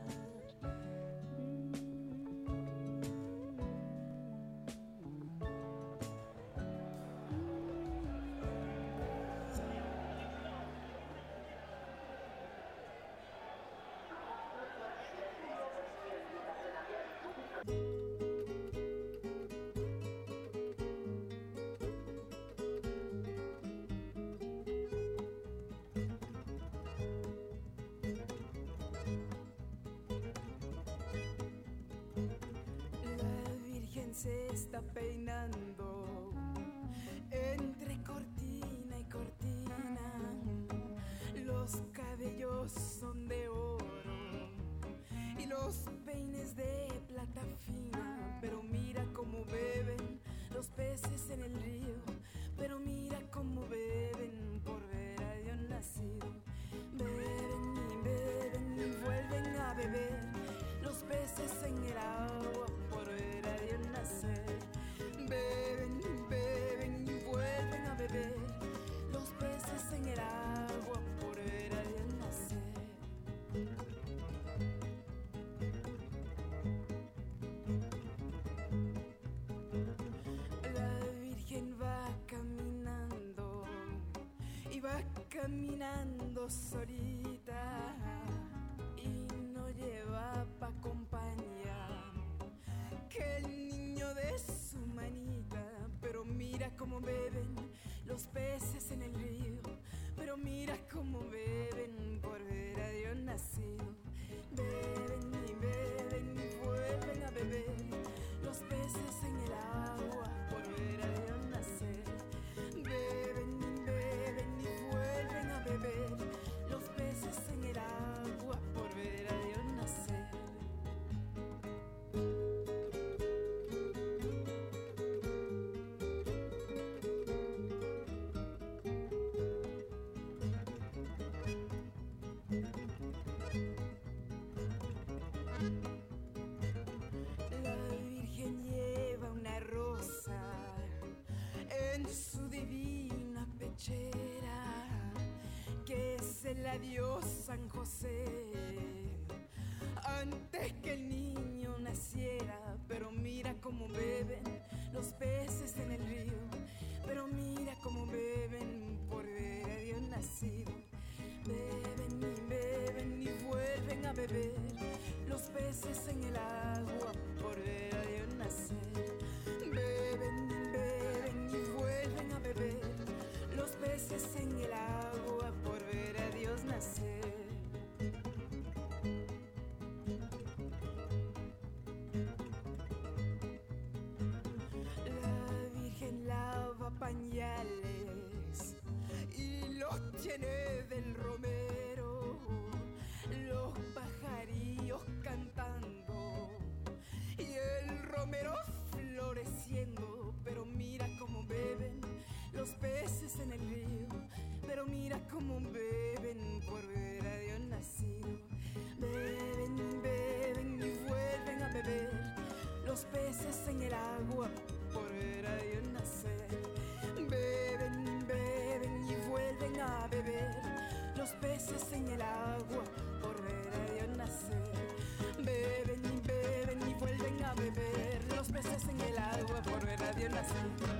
La Virgen se está peinando entre cortina y cortina. Los cabellos son de oro y los peines de plata fina. Pero mira cómo beben los peces en el río. Pero mira cómo beben por ver a Dios nacido. Beben y vuelven a beber los peces en el agua por ver a Dios nacer. Beben y vuelven a beber los peces en el agua por ver a Dios nacer. La Virgen va caminando y va caminando solita y no lleva pa' compañía que el niño de su manita. Pero mira cómo beben los peces en el río. Pero mira cómo beben por ver a Dios nacido. Beben y vuelven a beber los peces en el agua por ver a Dios nacer. Beben y vuelven a beber los peces en el agua por ver a Dios nacer. La Virgen lleva una rosa en su divina pechera, que se la dio San José antes que el niño naciera. Pero mira cómo beben los peces en el río. Pero mira cómo beben por ver a Dios nacido. Beben y vuelven a beber los peces en el agua por ver a Dios nacer. Beben y vuelven a beber los peces en el agua por ver a Dios nacer. La Virgen lava pañales y los tiene del romero, los pajarillos cantando y el romero floreciendo. Pero mira cómo beben los peces en el río. Pero mira cómo beben por ver a Dios nacido. Beben y vuelven a beber los peces en el agua por ver a Dios nacer. Beben y vuelven a beber los peces en el agua por ver a Dios nacer. Beben y vuelven a beber los peces en el agua por ver a Dios nacer.